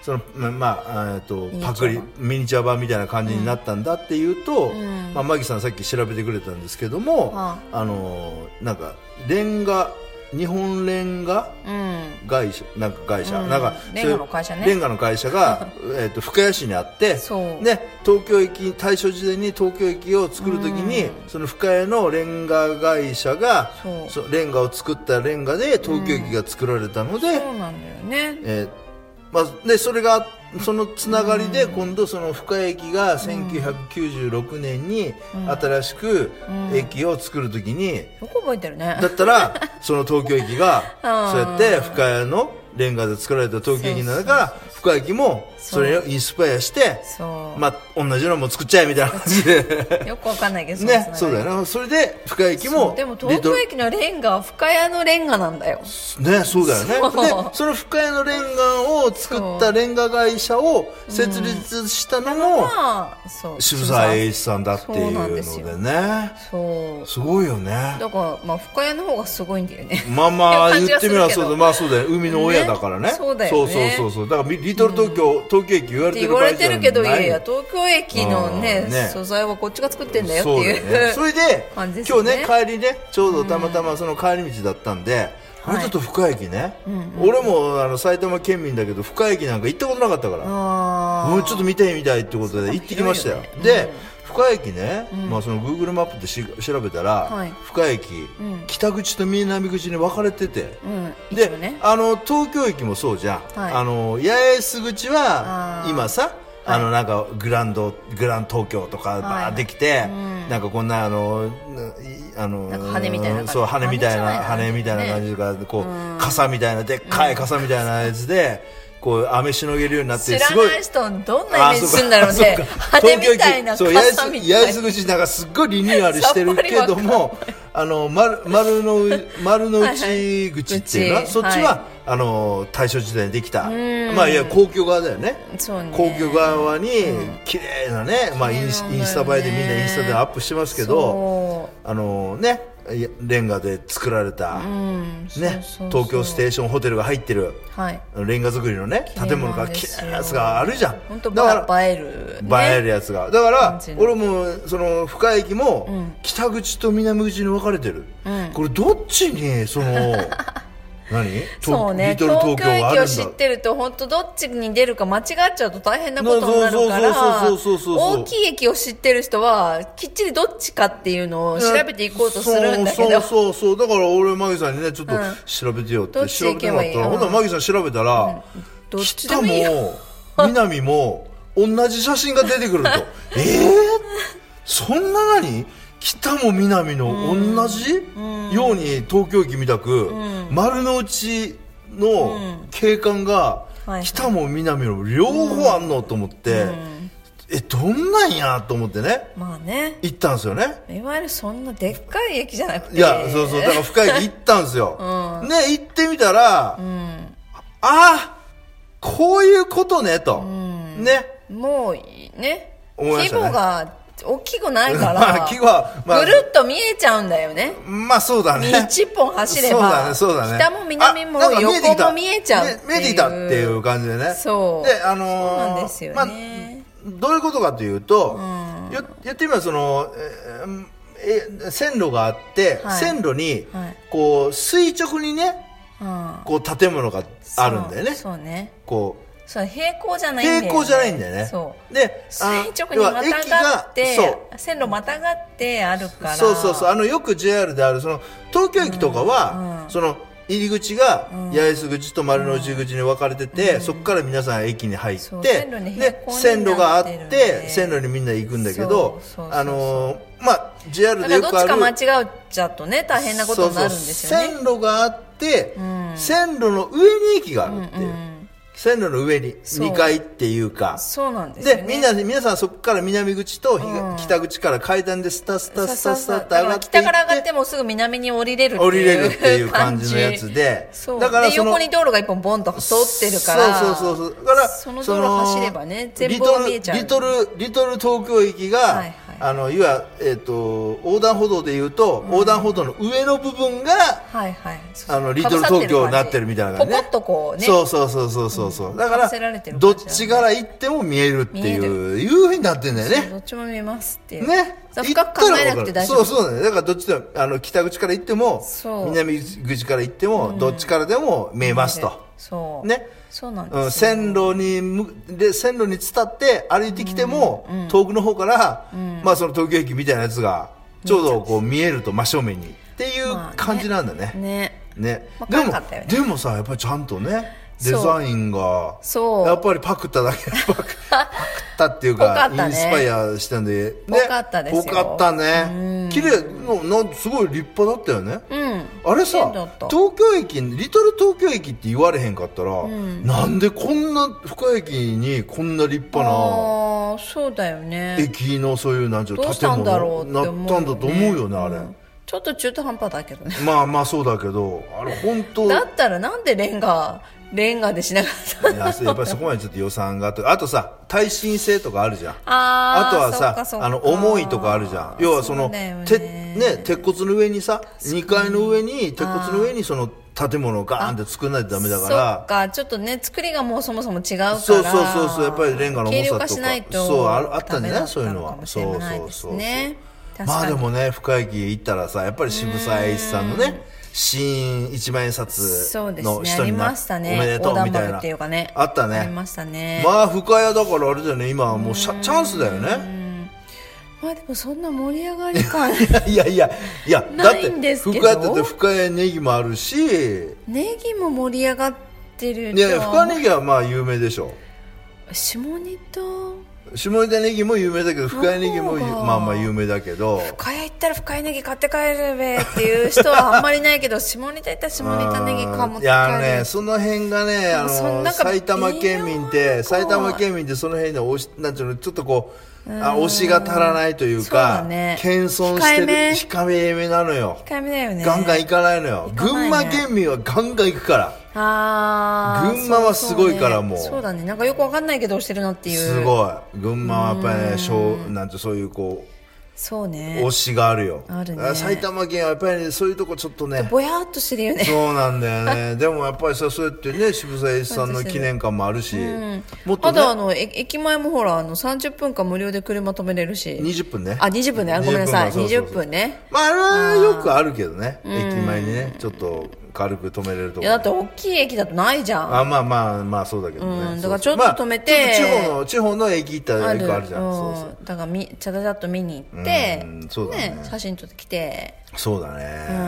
Speaker 2: そのまあ、えっと
Speaker 1: ミニチュア版
Speaker 2: パクリミニチュア版みたいな感じになったんだっていうと、
Speaker 1: うん
Speaker 2: まあ、マギさんさっき調べてくれたんですけども、
Speaker 1: は
Speaker 2: あのなんかレンガ日本レンガ
Speaker 1: うん
Speaker 2: 会社なんか会社、
Speaker 1: うん
Speaker 2: なんか
Speaker 1: レンガの会社ね
Speaker 2: レンガの会社がえっと深谷市にあって
Speaker 1: そう
Speaker 2: で東京駅大正時代に東京駅を作るときに、
Speaker 1: うん
Speaker 2: その深谷のレンガ会社が
Speaker 1: そう
Speaker 2: そレンガを作ったレンガで東京駅が作られたので、
Speaker 1: そうなんだよね
Speaker 2: えーまあ、でそれがそのつながりで今度その深谷駅がせんきゅうひゃくきゅうじゅうろくねんに新しく駅を作るときに、
Speaker 1: よく覚えてるね
Speaker 2: だったらその東京駅が
Speaker 1: うん
Speaker 2: そうやって深谷のレンガで作られた東京駅なんだから深谷駅もそれをインスパイアして
Speaker 1: そう
Speaker 2: まあ同じのも作っちゃえみたいな感じで
Speaker 1: よくわかんないけど
Speaker 2: ねそうだ
Speaker 1: ね
Speaker 2: よなそれで深谷駅も
Speaker 1: そうでも東京駅のレンガは深谷のレンガなんだよ
Speaker 2: ね、そうだよね
Speaker 1: そう
Speaker 2: でその深谷のレンガを作ったレンガ会社を設立したのも、
Speaker 1: まあそう
Speaker 2: 渋沢栄一さんだっていう
Speaker 1: そうなん
Speaker 2: の
Speaker 1: ですよ
Speaker 2: でね
Speaker 1: そう
Speaker 2: すごいよね
Speaker 1: だからまあ深谷の方がすごいんだよね
Speaker 2: まあまあ
Speaker 1: っていう
Speaker 2: 言ってみれば
Speaker 1: 感じがするけど
Speaker 2: そうだまあそうだよ生みの親だからね
Speaker 1: ねそうだよね
Speaker 2: そうそうそうそうだからリトル東京、東京駅言われ
Speaker 1: って言
Speaker 2: てる場合じゃない
Speaker 1: われてるけどいやいや東京駅のね
Speaker 2: うんね
Speaker 1: 素材はこっちが作ってんだよって
Speaker 2: そうだ
Speaker 1: いう
Speaker 2: よねそれで
Speaker 1: 感じです
Speaker 2: 今
Speaker 1: よね
Speaker 2: 日ね帰りねちょうどたまたまその帰り道だったんで、あれちょっと深谷駅ね、俺もあの埼玉県民だけど深谷駅なんか行ったことなかったから
Speaker 1: あ
Speaker 2: もうちょっと見てみたいってことで行ってきましたよ、
Speaker 1: 広いよね
Speaker 2: で深谷駅ね、まあ、その Google マップでし調べたら、
Speaker 1: はい
Speaker 2: 深谷駅、
Speaker 1: ん
Speaker 2: 北口と南口に分かれてて、
Speaker 1: うん一
Speaker 2: で、
Speaker 1: 応ね
Speaker 2: あの東京駅もそうじゃん、
Speaker 1: はい
Speaker 2: あの八重洲口は
Speaker 1: あー
Speaker 2: 今さあのなんかグランドグラン東京とか
Speaker 1: はい
Speaker 2: バーできて、
Speaker 1: うん
Speaker 2: なんかこんなあのいあの
Speaker 1: なんか羽みたいな感じ
Speaker 2: そう羽みたいな
Speaker 1: 羽じゃないな
Speaker 2: 羽みたいな感じがこう、
Speaker 1: うん
Speaker 2: 傘みたいなでっかい傘みたいなやつで、こう雨しのげるようになって
Speaker 1: 知ら
Speaker 2: すごい
Speaker 1: ない人どんなイメージするんだろうね
Speaker 2: あそうか
Speaker 1: 羽みたいな
Speaker 2: そう
Speaker 1: 傘みたいな
Speaker 2: 八重洲口なんかすっごいリニューアルしてるけどもあの丸丸の丸の内口っていうのは、
Speaker 1: はいはい
Speaker 2: そっちは、
Speaker 1: は
Speaker 2: あの大正時代にできた
Speaker 1: ん
Speaker 2: まあいや皇居側だよね
Speaker 1: そうね
Speaker 2: 皇居側に綺麗なね、まあ、インスインスタ映えでみんなインスタでアップしてますけど
Speaker 1: そ
Speaker 2: あのねいやレンガで作られた、
Speaker 1: ううんそう
Speaker 2: ね
Speaker 1: そうそう
Speaker 2: 東京ステーションホテルが入ってる
Speaker 1: はい
Speaker 2: レンガ作りのね建物が綺麗なやつがあるじゃん
Speaker 1: 本当
Speaker 2: だから
Speaker 1: 映えるね
Speaker 2: 映えるやつがだから
Speaker 1: 感じの
Speaker 2: 俺もその深谷駅も
Speaker 1: ん
Speaker 2: 北口と南口に分かれてる、
Speaker 1: うん
Speaker 2: これどっちにその何
Speaker 1: そうね
Speaker 2: リトル東京があ
Speaker 1: 東京
Speaker 2: るんだ
Speaker 1: 駅を知ってると本当どっちに出るか間違っちゃうと大変なことになるから
Speaker 2: そうそうそうそうそうそう
Speaker 1: 大きい駅を知ってる人はきっちりどっちかっていうのを調べていこうとするんだけど
Speaker 2: そうそうそうそうだから俺マギさんにねちょっと
Speaker 1: うん
Speaker 2: 調べてよって、
Speaker 1: どっち
Speaker 2: 調べてもらったら
Speaker 1: 行けばいい
Speaker 2: ほんならマギさん調べたら、
Speaker 1: どっちで
Speaker 2: 北
Speaker 1: もいいよ
Speaker 2: も南も同じ写真が出てくるとえー、そんな何北も南の同じ、ように東京駅みたく、丸の内の景観が
Speaker 1: はいはい
Speaker 2: 北も南も両方あんのと思って、えどんなんやと思ってね
Speaker 1: まあね
Speaker 2: 行ったんですよね
Speaker 1: いわゆるそんなでっかい駅じゃなくて
Speaker 2: いやそうそうだから深谷駅行ったんですよ、
Speaker 1: うん
Speaker 2: ね行ってみたら、
Speaker 1: うん
Speaker 2: あこういうことねと、
Speaker 1: ん
Speaker 2: ね
Speaker 1: もうね規
Speaker 2: 思いましたね
Speaker 1: 模が大きくないか
Speaker 2: まあ
Speaker 1: ら
Speaker 2: 規模はまあ
Speaker 1: ぐるっと見えちゃうんだよね
Speaker 2: まあそうだね
Speaker 1: 道一本走れば
Speaker 2: そうだねそうだね
Speaker 1: 北も南も
Speaker 2: あなんか見えてきた
Speaker 1: 横も見えちゃうっていう
Speaker 2: ね見えてきたっていう感じでね
Speaker 1: そう
Speaker 2: であのー
Speaker 1: そうなんですよね
Speaker 2: まあ、どういうことかというと、ややってみればその、えーえ線路があって、
Speaker 1: はい
Speaker 2: 線路に
Speaker 1: はい
Speaker 2: こう垂直にね
Speaker 1: うん
Speaker 2: こう建物があるんだよね
Speaker 1: そうそうね
Speaker 2: こう
Speaker 1: そう平行じゃないんだよね
Speaker 2: 平行じゃないんだよね
Speaker 1: そう
Speaker 2: であの
Speaker 1: 垂直にまたがって
Speaker 2: 要は駅が
Speaker 1: 線路またがってあるから
Speaker 2: そうそうそうあのよく ジェイアール であるその東京駅とかは、
Speaker 1: うんうん
Speaker 2: その入り口が八重洲口と丸の内口に分かれてて、そこから皆さん駅に入って
Speaker 1: そう線路に平
Speaker 2: で
Speaker 1: 行に
Speaker 2: 線路があっ
Speaker 1: なってるん
Speaker 2: て
Speaker 1: で
Speaker 2: 線路にみんな行くんだけど
Speaker 1: そうそうそうそう
Speaker 2: あのーまあ ジェイアール
Speaker 1: だからどっち
Speaker 2: でよくある
Speaker 1: か間違っちゃうとね大変なことになるんですよね
Speaker 2: そうそう線路があって、
Speaker 1: ん
Speaker 2: 線路の上に駅があるっていう、
Speaker 1: うんうん
Speaker 2: 線路の上に
Speaker 1: そう
Speaker 2: にかいっていうか
Speaker 1: そうなんですよね
Speaker 2: でみんな皆さんそこから南口と東
Speaker 1: うん
Speaker 2: 北口から階段でスタスタスタスタって
Speaker 1: だから
Speaker 2: 上がっていって
Speaker 1: 北から上がってもすぐ南に降りれるっていう
Speaker 2: 降りれるっていう感じのやつで
Speaker 1: そう
Speaker 2: だからその
Speaker 1: で横に道路が一本ボンと通ってるから
Speaker 2: そうそうそうそうだから
Speaker 1: その道路走ればね全貌
Speaker 2: リトル
Speaker 1: が見えちゃう
Speaker 2: リトルリトル東京駅が、
Speaker 1: はいはい
Speaker 2: あのいわゆる、えー、と横断歩道でいうと、うん、横断歩道の上の部分が、はいはい、あのリトル東京になってるみたいな感じね。
Speaker 1: ポコッとこうね。
Speaker 2: そうそうそうそうそうそう、うん、だからどっちから行っても見えるっていういう風になってるんだよね。
Speaker 1: どっちも見えますっていう
Speaker 2: ね。
Speaker 1: 深く考えなくて大丈夫。
Speaker 2: そうそうね。だからどっちでもあの北口から行っても南口から行っても、うん、どっちからでも見えますと。
Speaker 1: そう
Speaker 2: ね。
Speaker 1: そうなんですよ、
Speaker 2: うん、線路にで線路に伝って歩いてきても、うんうん、遠くの方から、うん、まあその東京駅みたいなやつがちょうどこう見えると真正面にっていう感じなんだね。
Speaker 1: ね。
Speaker 2: ね。ね。
Speaker 1: まあ、
Speaker 2: でも
Speaker 1: かったよね、
Speaker 2: でもさやっぱりちゃんとね。デザインがやっぱりパクっただけパクパクったっていうか、ね、インスパイアしたんで
Speaker 1: ね。ぽかったですよ。
Speaker 2: ぽかったね。綺麗のなんすごい立派だったよね。
Speaker 1: うん。
Speaker 2: あれさ東京駅リトル東京駅って言われへんかったら、うん、なんでこんな深駅にこんな立派な
Speaker 1: あそうだよね。
Speaker 2: 駅のそういうなんちゅう
Speaker 1: 建物な
Speaker 2: ったんだと思うよね、あれ。うん
Speaker 1: ちょっと中途半端だけどね。
Speaker 2: まあまあそうだけど、あれ本当
Speaker 1: だったらなんでレンガレンガでしなかったの。
Speaker 2: いややっぱりそこまでちょっと予算があって、あとさ耐震性とかあるじゃん。
Speaker 1: あ,
Speaker 2: あとはさあの重いとかあるじゃん。要はその、ねてね、鉄骨の上にさにかいの上に鉄骨の上にその建物をガーンって作らないとダメだから。
Speaker 1: そっかちょっとね作りがもうそもそも違うから
Speaker 2: そうそうそうそうやっぱりレンガの重さとか
Speaker 1: 軽量化しないと
Speaker 2: そう あ, あったんじゃないそういうのは。
Speaker 1: そうそうそうそう。
Speaker 2: まあでもね深駅行ったらさやっぱり渋沢栄一さんのね新一万円札の人になっておめでとうみたいなあったね。
Speaker 1: ありましたね。
Speaker 2: まあ深谷だからあれだよね今はもうチャンスだよね。
Speaker 1: まあでもそんな盛り上がり感
Speaker 2: いやいやいやだって深谷だって深谷ネギもあるし
Speaker 1: ネギも盛り上がってる。
Speaker 2: いや深谷ネギはまあ有名でしょ。
Speaker 1: 下仁田
Speaker 2: 下仁田ネギも有名だけど深谷ネギもまあまあ有名だけど
Speaker 1: 深谷行ったら深谷ネギ買って帰るべっていう人はあんまりないけど下仁田行ったら下仁田ネギ買って帰る。い
Speaker 2: やねその辺がねあの埼玉県民って埼玉県民ってその辺でおしなんていうのちょっとこうあ推しが足らないというか
Speaker 1: ね、
Speaker 2: 謙遜してる控えめなのよ。
Speaker 1: 控えめだよね。
Speaker 2: ガンガン行かないのよ。群馬県民はガンガン行くから。
Speaker 1: あ
Speaker 2: 群馬はすごいからもう
Speaker 1: そうだね。なんかよくわかんないけどしてるなっていう。
Speaker 2: すごい群馬はやっぱりねしょうなんてそういうこう
Speaker 1: そうね
Speaker 2: 推しがあるよ。
Speaker 1: あるね。
Speaker 2: 埼玉県はやっぱり、ね、そういうとこちょっとね
Speaker 1: ぼやっとしてるよね。
Speaker 2: そうなんだよねでもやっぱりさそうやってね渋沢栄一さんの記念館もあるし、うん、もっとね
Speaker 1: あとあの駅前もほらあのさんじゅっぷんかん無料で車止めれるし
Speaker 2: にじゅっぷんね
Speaker 1: あにじゅっぷんねごめんなさいにじゅっぷんね。
Speaker 2: まああれはよくあるけどね駅前にねちょっと軽く止めれるとこ、ね、
Speaker 1: いやだって大きい駅だとないじゃん。
Speaker 2: あまあまあまあそうだけどね、
Speaker 1: うん、だからちょっと止めて、
Speaker 2: まあ、地方の地方の駅行ったら駅あるじゃん。
Speaker 1: うん、
Speaker 2: そうそう
Speaker 1: だからみちゃちゃっと見に行って、
Speaker 2: うん、そうだ ね,
Speaker 1: ね写真撮ってきて
Speaker 2: そうだね、
Speaker 1: うん、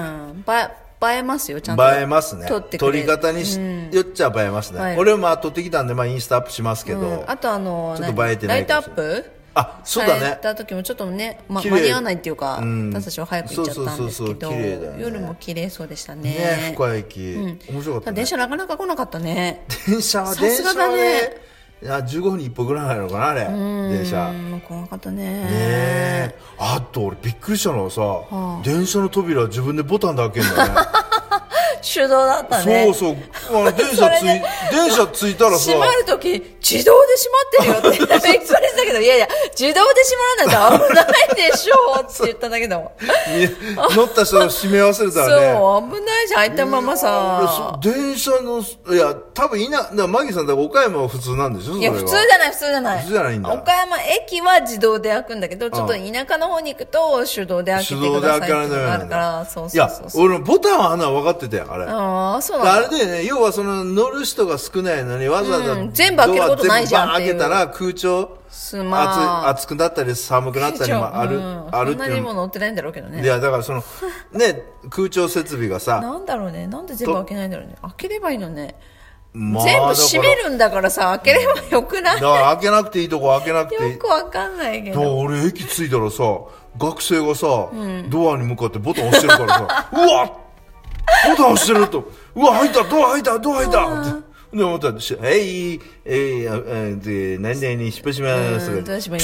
Speaker 1: 映えますよちゃんと
Speaker 2: 映えますね。撮って撮り方にし、うん、よっちゃ映えますね、はい、俺はまあ撮ってきたんで、まあ、インスタアップしますけど、うん、
Speaker 1: あとあの
Speaker 2: ちょっと映えてないかもしれない。
Speaker 1: ライトアップ
Speaker 2: あそうだね
Speaker 1: された時もちょっとね、ま、間に合わないっていうか、うん、私たちは早く行っちゃったんですけど、夜も綺麗そうでしたね。
Speaker 2: ね深谷駅、うん、面白かったね。
Speaker 1: 電車なかなか来なかったね。
Speaker 2: 電車は電車はねいやじゅうごふんにいっぽんぐらいなのかなあれ電車
Speaker 1: 来なかったね。
Speaker 2: ねあと俺びっくりしたのはさ、はあ、電車の扉自分でボタンで開けるんだね
Speaker 1: 手動だったね。
Speaker 2: そうそうあの電車つい電車ついたらさ
Speaker 1: 閉まるとき自動で閉まってるよってびっくりしたけどいやいや自動で閉まらないと危ないでしょって言ったんだけど
Speaker 2: 乗った人を閉め忘れたらね
Speaker 1: そう危ないじゃん開いたままさ
Speaker 2: 電車のいや多分いなマギさんだから岡山は普通なんでしょ。それはい
Speaker 1: や普通じゃない普通じゃない
Speaker 2: 普通じゃないんだ。
Speaker 1: 岡山駅は自動で開くんだけどちょっと田舎の方に行くと手動で開けてくださいっていうのがあるからそうそうそうそう。
Speaker 2: いや俺ボタンはあんな分かってたよあれ。
Speaker 1: ああそうなんだ。
Speaker 2: あれでね要はその乗る人が少ないのにわざわざ、
Speaker 1: うん、全部開けることないじゃんっていう。
Speaker 2: 開けたら空調
Speaker 1: まあ、
Speaker 2: 暑, 暑くなったり寒くなったりもある、うん、
Speaker 1: あるっていう。そんなにも乗ってないんだろうけどね。
Speaker 2: いやだからそのね空調設備がさ
Speaker 1: なんだろうねなんで全部開けないんだろうね。開ければいいのね、まあ、全部閉めるんだからさ開ければよくない、うん、
Speaker 2: だから開けなくていいとこ開けなくていい。
Speaker 1: よくわかんないけどだから
Speaker 2: 俺駅着いたらさ学生がさ、うん、ドアに向かってボタン押してるからさうわっボタン押してるとうわ開いたドア開いたドア開いたってで思ったら、えい、えい、で、何々に閉めます。
Speaker 1: ドア閉まります。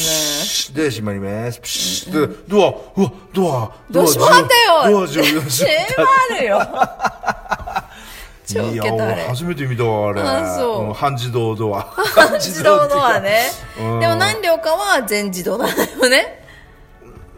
Speaker 2: ドア閉まります。プシッで、ドア、うわ、ドア、
Speaker 1: ドア閉まったよ
Speaker 2: ドア閉
Speaker 1: まるよ超ウケたあれ。
Speaker 2: いや、俺初めて見たわ、あれ。
Speaker 1: あ、そう。
Speaker 2: 半自動ドア。
Speaker 1: 半自動ドアね。でも何両かは全自動なんだよね。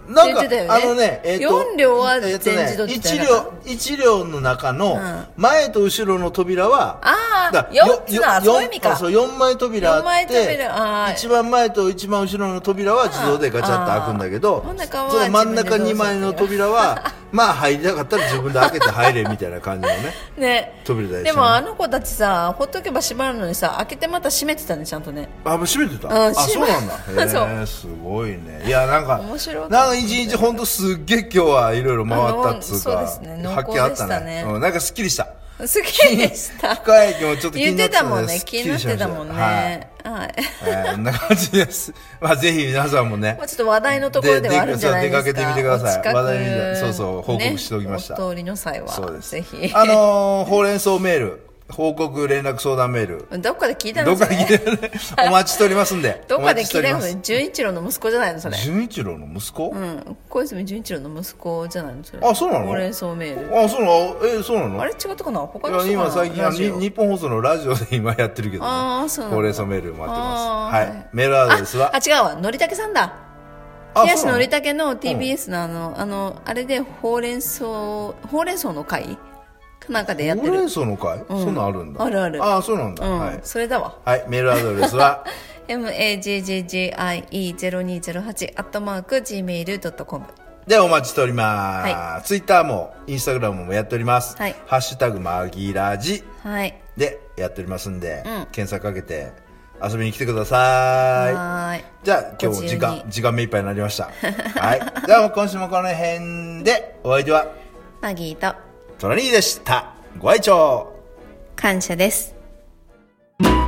Speaker 2: なんか、
Speaker 1: 言ってたよね
Speaker 2: あのね、えー、と
Speaker 1: よん両は全
Speaker 2: えーとね
Speaker 1: 自動って言って
Speaker 2: 一
Speaker 1: なかった
Speaker 2: 両一両の中の
Speaker 1: うん
Speaker 2: 前と後ろの扉は、
Speaker 1: あ
Speaker 2: だ
Speaker 1: あよっつな
Speaker 2: よ
Speaker 1: そういう意味か
Speaker 2: そうよんまい扉あっ
Speaker 1: よんまい
Speaker 2: て
Speaker 1: 扉あー
Speaker 2: 一番前と一番後ろの扉は自動でガチャッと開くんだけど
Speaker 1: あー真ん中は
Speaker 2: その真ん中
Speaker 1: 自分で
Speaker 2: にまいの扉はまあ入りたかったら自分で開けて入れみたいな感じのね
Speaker 1: ね
Speaker 2: 扉でしたね
Speaker 1: でもあの子たちさほっとけば閉まるのにさ開けてまた閉めてたねちゃんとね
Speaker 2: あ、閉めてた、
Speaker 1: うん
Speaker 2: あ、そうなんだ
Speaker 1: そう
Speaker 2: へえすごいねいやなんか
Speaker 1: 面白かった
Speaker 2: なんか一日本当すっげえ今日はいろいろ回ったっつうか
Speaker 1: あのそうですね濃厚
Speaker 2: 発見あった
Speaker 1: でしたね
Speaker 2: うん、なんかすっきりした
Speaker 1: 好きでした
Speaker 2: 深い気もちょっと気
Speaker 1: 言って
Speaker 2: になってた
Speaker 1: たもんね
Speaker 2: すっき
Speaker 1: 気になっ
Speaker 2: りしました
Speaker 1: てたもんね
Speaker 2: はい
Speaker 1: はい
Speaker 2: えーこんな感じです。まあぜひ皆さんもね
Speaker 1: まあ、ちょっと話題のところではあるんじゃないですか。
Speaker 2: でで出かけてみてください
Speaker 1: お近く
Speaker 2: 話題にそうそう報告しておきました
Speaker 1: ね、お通りの際は
Speaker 2: そうです
Speaker 1: ぜひ
Speaker 2: あのー、ほうれん草メール報告連絡相談メール
Speaker 1: どっかで聞いた
Speaker 2: どっか
Speaker 1: のそれ
Speaker 2: で聞いてるねお待ちしておりますんで
Speaker 1: どっかで聞いた
Speaker 2: お待ちしており
Speaker 1: よ
Speaker 2: ます
Speaker 1: 純一郎の息子じゃないのそれ
Speaker 2: 純一郎の息子、
Speaker 1: うん小泉純一郎の息子じゃないのそれ
Speaker 2: あそうなの
Speaker 1: ほうれん草メール
Speaker 2: あそうなのえそうなの
Speaker 1: あれ違ったかな他
Speaker 2: いや
Speaker 1: の人かな
Speaker 2: 今最近あの
Speaker 1: ラジオ
Speaker 2: に日本放送のラジオで今やってるけどね
Speaker 1: あーそうなんだ
Speaker 2: ほうれん草メール待ってます
Speaker 1: あー
Speaker 2: はいメールアドレスは
Speaker 1: あ違うわのりたけさんだ
Speaker 2: あ
Speaker 1: 東
Speaker 2: そうなの
Speaker 1: のりたけの ティービーエス のあの、あのあれでほうれん草ほうれん草の会かなんかでやってる
Speaker 2: ほうれん草の会、そんなんあるんだ
Speaker 1: あるある
Speaker 2: あそうなんだ、
Speaker 1: うん、
Speaker 2: はい
Speaker 1: それだわ
Speaker 2: はい、メールアドレスは
Speaker 1: マガギーゼロにゼロはち アットマーク ジーメールドットコム
Speaker 2: でお待ちしております、
Speaker 1: は
Speaker 2: ツイッターもインスタグラムもやっております、
Speaker 1: はい
Speaker 2: ハッシュタグマギラジ
Speaker 1: はい
Speaker 2: でやっておりますんで、
Speaker 1: うん
Speaker 2: 検索かけて遊びに来てください
Speaker 1: はーい
Speaker 2: じゃあ今日時
Speaker 1: ご自由に
Speaker 2: 間時間目いっぱいになりましたはいでは今週もこの辺でお相手は
Speaker 1: マギーと
Speaker 2: トラニーでしたご愛聴
Speaker 1: 感謝です。